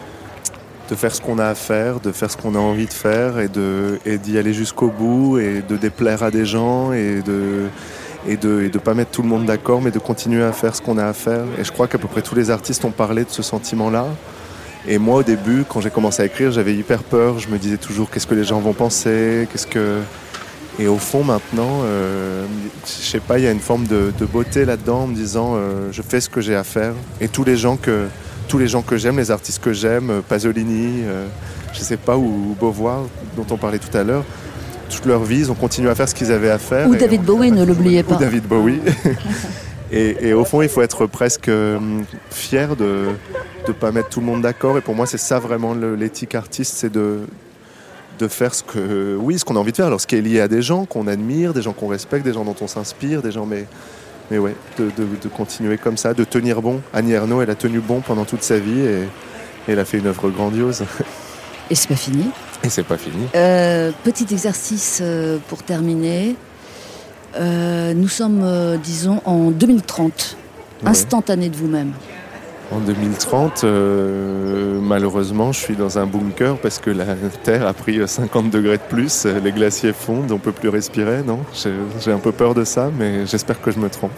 de faire ce qu'on a à faire, de faire ce qu'on a envie de faire et, de, et d'y aller jusqu'au bout et de déplaire à des gens et de et de et de pas mettre tout le monde d'accord, mais de continuer à faire ce qu'on a à faire. Et je crois qu'à peu près tous les artistes ont parlé de ce sentiment-là. Et moi, au début, quand j'ai commencé à écrire, j'avais hyper peur. Je me disais toujours, qu'est-ce que les gens vont penser ? Qu'est-ce que... Et au fond, maintenant, euh, je sais pas, il y a une forme de, de beauté là-dedans, en me disant, euh, je fais ce que j'ai à faire. Et tous les gens que, tous les gens que j'aime, les artistes que j'aime, euh, Pasolini, euh, je sais pas, ou Beauvoir, dont on parlait tout à l'heure, toute leur vie, ils ont continué à faire ce qu'ils avaient à faire. Ou Et David on- Bowie, ne l'oubliez pas. Ou David Bowie. et, et au fond, il faut être presque euh, fier de ne pas mettre tout le monde d'accord. Et pour moi, c'est ça vraiment le- l'éthique artiste, c'est de, de faire ce que, oui, ce qu'on a envie de faire. Alors, ce qui est lié à des gens qu'on admire, des gens qu'on respecte, des gens dont on s'inspire, des gens, mais, mais ouais, de, de, de continuer comme ça, de tenir bon. Annie Ernaux, elle a tenu bon pendant toute sa vie et, et elle a fait une œuvre grandiose. Et c'est pas fini. Et c'est pas fini. Euh, petit exercice euh, pour terminer. Euh, nous sommes, euh, disons, en deux mille trente. Ouais. Instantané de vous-même. En deux mille trente, euh, malheureusement, je suis dans un bunker parce que la Terre a pris cinquante degrés de plus, les glaciers fondent, on peut plus respirer, non ? J'ai, j'ai un peu peur de ça, mais j'espère que je me trompe.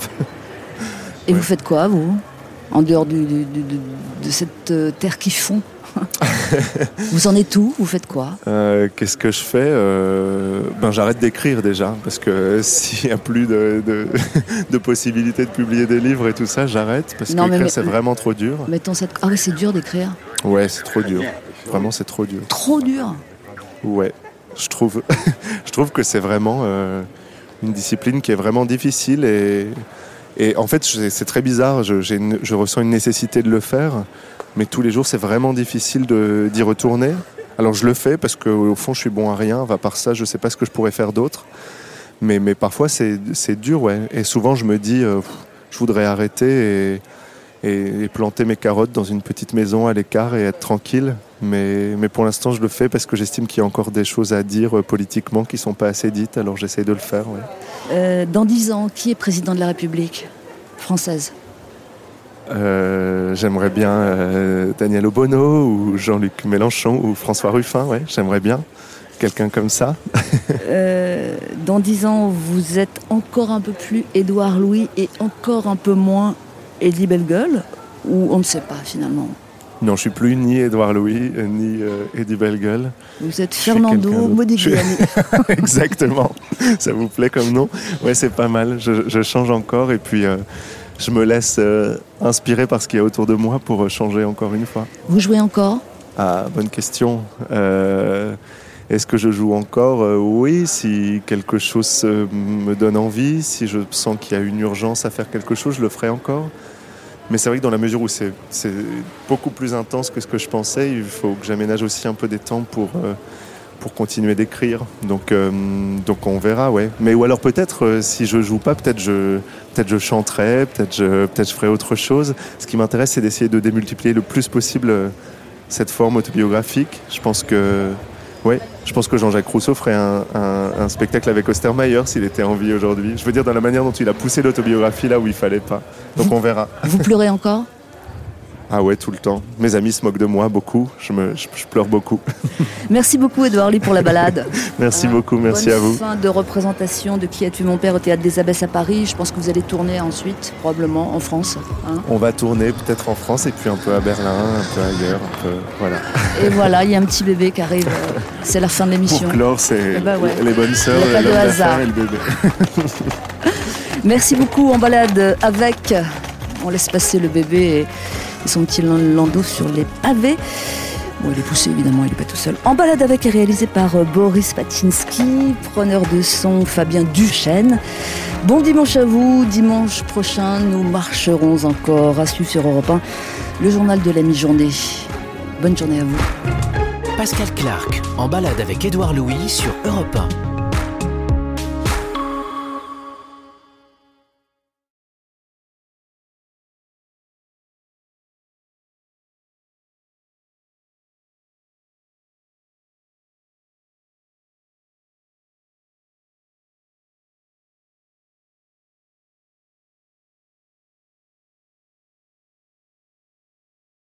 Et Ouais. vous faites quoi, vous ? En dehors du, du- du- de, de cette euh, terre qui fond. Vous en êtes où ? Vous faites quoi ? Euh, qu'est-ce que je fais ? Euh, Ben j'arrête d'écrire déjà, parce que s'il n'y a plus de, de, de possibilité de publier des livres et tout ça, j'arrête, parce Non, mais- qu'écrire mais- c'est vraiment trop dur. Mettons cette... Ah oui, c'est dur d'écrire. Ouais, c'est trop dur. Vraiment, c'est trop dur. Trop dur. Ouais, je trouve, je trouve que c'est vraiment euh, une discipline qui est vraiment difficile et, et en fait c'est c'est très bizarre, je, j'ai une- je ressens une nécessité de le faire, mais tous les jours c'est vraiment difficile de, d'y retourner. Alors je le fais parce qu'au fond je suis bon à rien, à part ça je sais pas ce que je pourrais faire d'autre, mais, mais parfois c'est, c'est dur, ouais. Et souvent je me dis, euh, pff, je voudrais arrêter et, et, et planter mes carottes dans une petite maison à l'écart et être tranquille. Mais, mais pour l'instant, je le fais parce que j'estime qu'il y a encore des choses à dire euh, politiquement qui ne sont pas assez dites, alors j'essaie de le faire. Ouais. Euh, dans dix ans, qui est président de la République française ? Euh, j'aimerais bien euh, Daniel Obono ou Jean-Luc Mélenchon ou François Ruffin, ouais, j'aimerais bien. Quelqu'un comme ça. Euh, dans dix ans, vous êtes encore un peu plus Édouard Louis et encore un peu moins Eddie Bellegueule ? Ou on ne sait pas finalement ? Non, je suis plus ni Édouard Louis, euh, ni euh, Eddie Bellegueule. Vous êtes Je suis Fernando quelqu'un d'autre. Modigliani. Exactement. Ça vous plaît comme nom ? Ouais, c'est pas mal. Je, je change encore et puis euh, je me laisse euh, inspirer par ce qu'il y a autour de moi pour euh, changer encore une fois. Vous jouez encore ? Ah, bonne question. Euh, est-ce que je joue encore ? Euh, Oui, si quelque chose euh, me donne envie, si je sens qu'il y a une urgence à faire quelque chose, je le ferai encore. Mais c'est vrai que dans la mesure où c'est, c'est beaucoup plus intense que ce que je pensais, il faut que j'aménage aussi un peu des temps pour, euh, pour continuer d'écrire. Donc, euh, donc on verra, ouais. Mais ou alors peut-être, euh, si je joue pas, peut-être je, peut-être je chanterai, peut-être je, peut-être je ferai autre chose. Ce qui m'intéresse, c'est d'essayer de démultiplier le plus possible euh, cette forme autobiographique. Je pense que, ouais, je pense que Jean-Jacques Rousseau ferait un, un, un spectacle avec Ostermayer s'il était en vie aujourd'hui. Je veux dire, dans la manière dont il a poussé l'autobiographie là où il fallait pas. Donc on verra. Vous pleurez encore ? Ah ouais, tout le temps. Mes amis se moquent de moi beaucoup. Je, me, je, je pleure beaucoup. Merci beaucoup, Édouard Louis, pour la balade. Merci Voilà. beaucoup, merci Bonne à vous. fin de représentation de Qui a tué mon père au Théâtre des Abbesses à Paris. Je pense que vous allez tourner ensuite, probablement, en France. Hein. On va tourner peut-être en France et puis un peu à Berlin, un peu ailleurs, un peu... Voilà. Et voilà, il y a un petit bébé qui arrive. euh, C'est la fin de l'émission. Pour clore, c'est Eh ben ouais. les bonnes sœurs, Il y a pas de l'homme hasard. d'affaires et le bébé. Merci beaucoup. En balade avec. On laisse passer le bébé et, et son petit landau sur les pavés. Bon, il est poussé évidemment, il n'est pas tout seul. En balade avec est réalisé par euh, Boris Patinski, preneur de son Fabien Duchesne. Bon dimanche à vous. Dimanche prochain, nous marcherons encore. À suivre sur Europe un, le journal de la mi-journée. Bonne journée à vous. Pascal Clark, en balade avec Édouard Louis sur Europe un.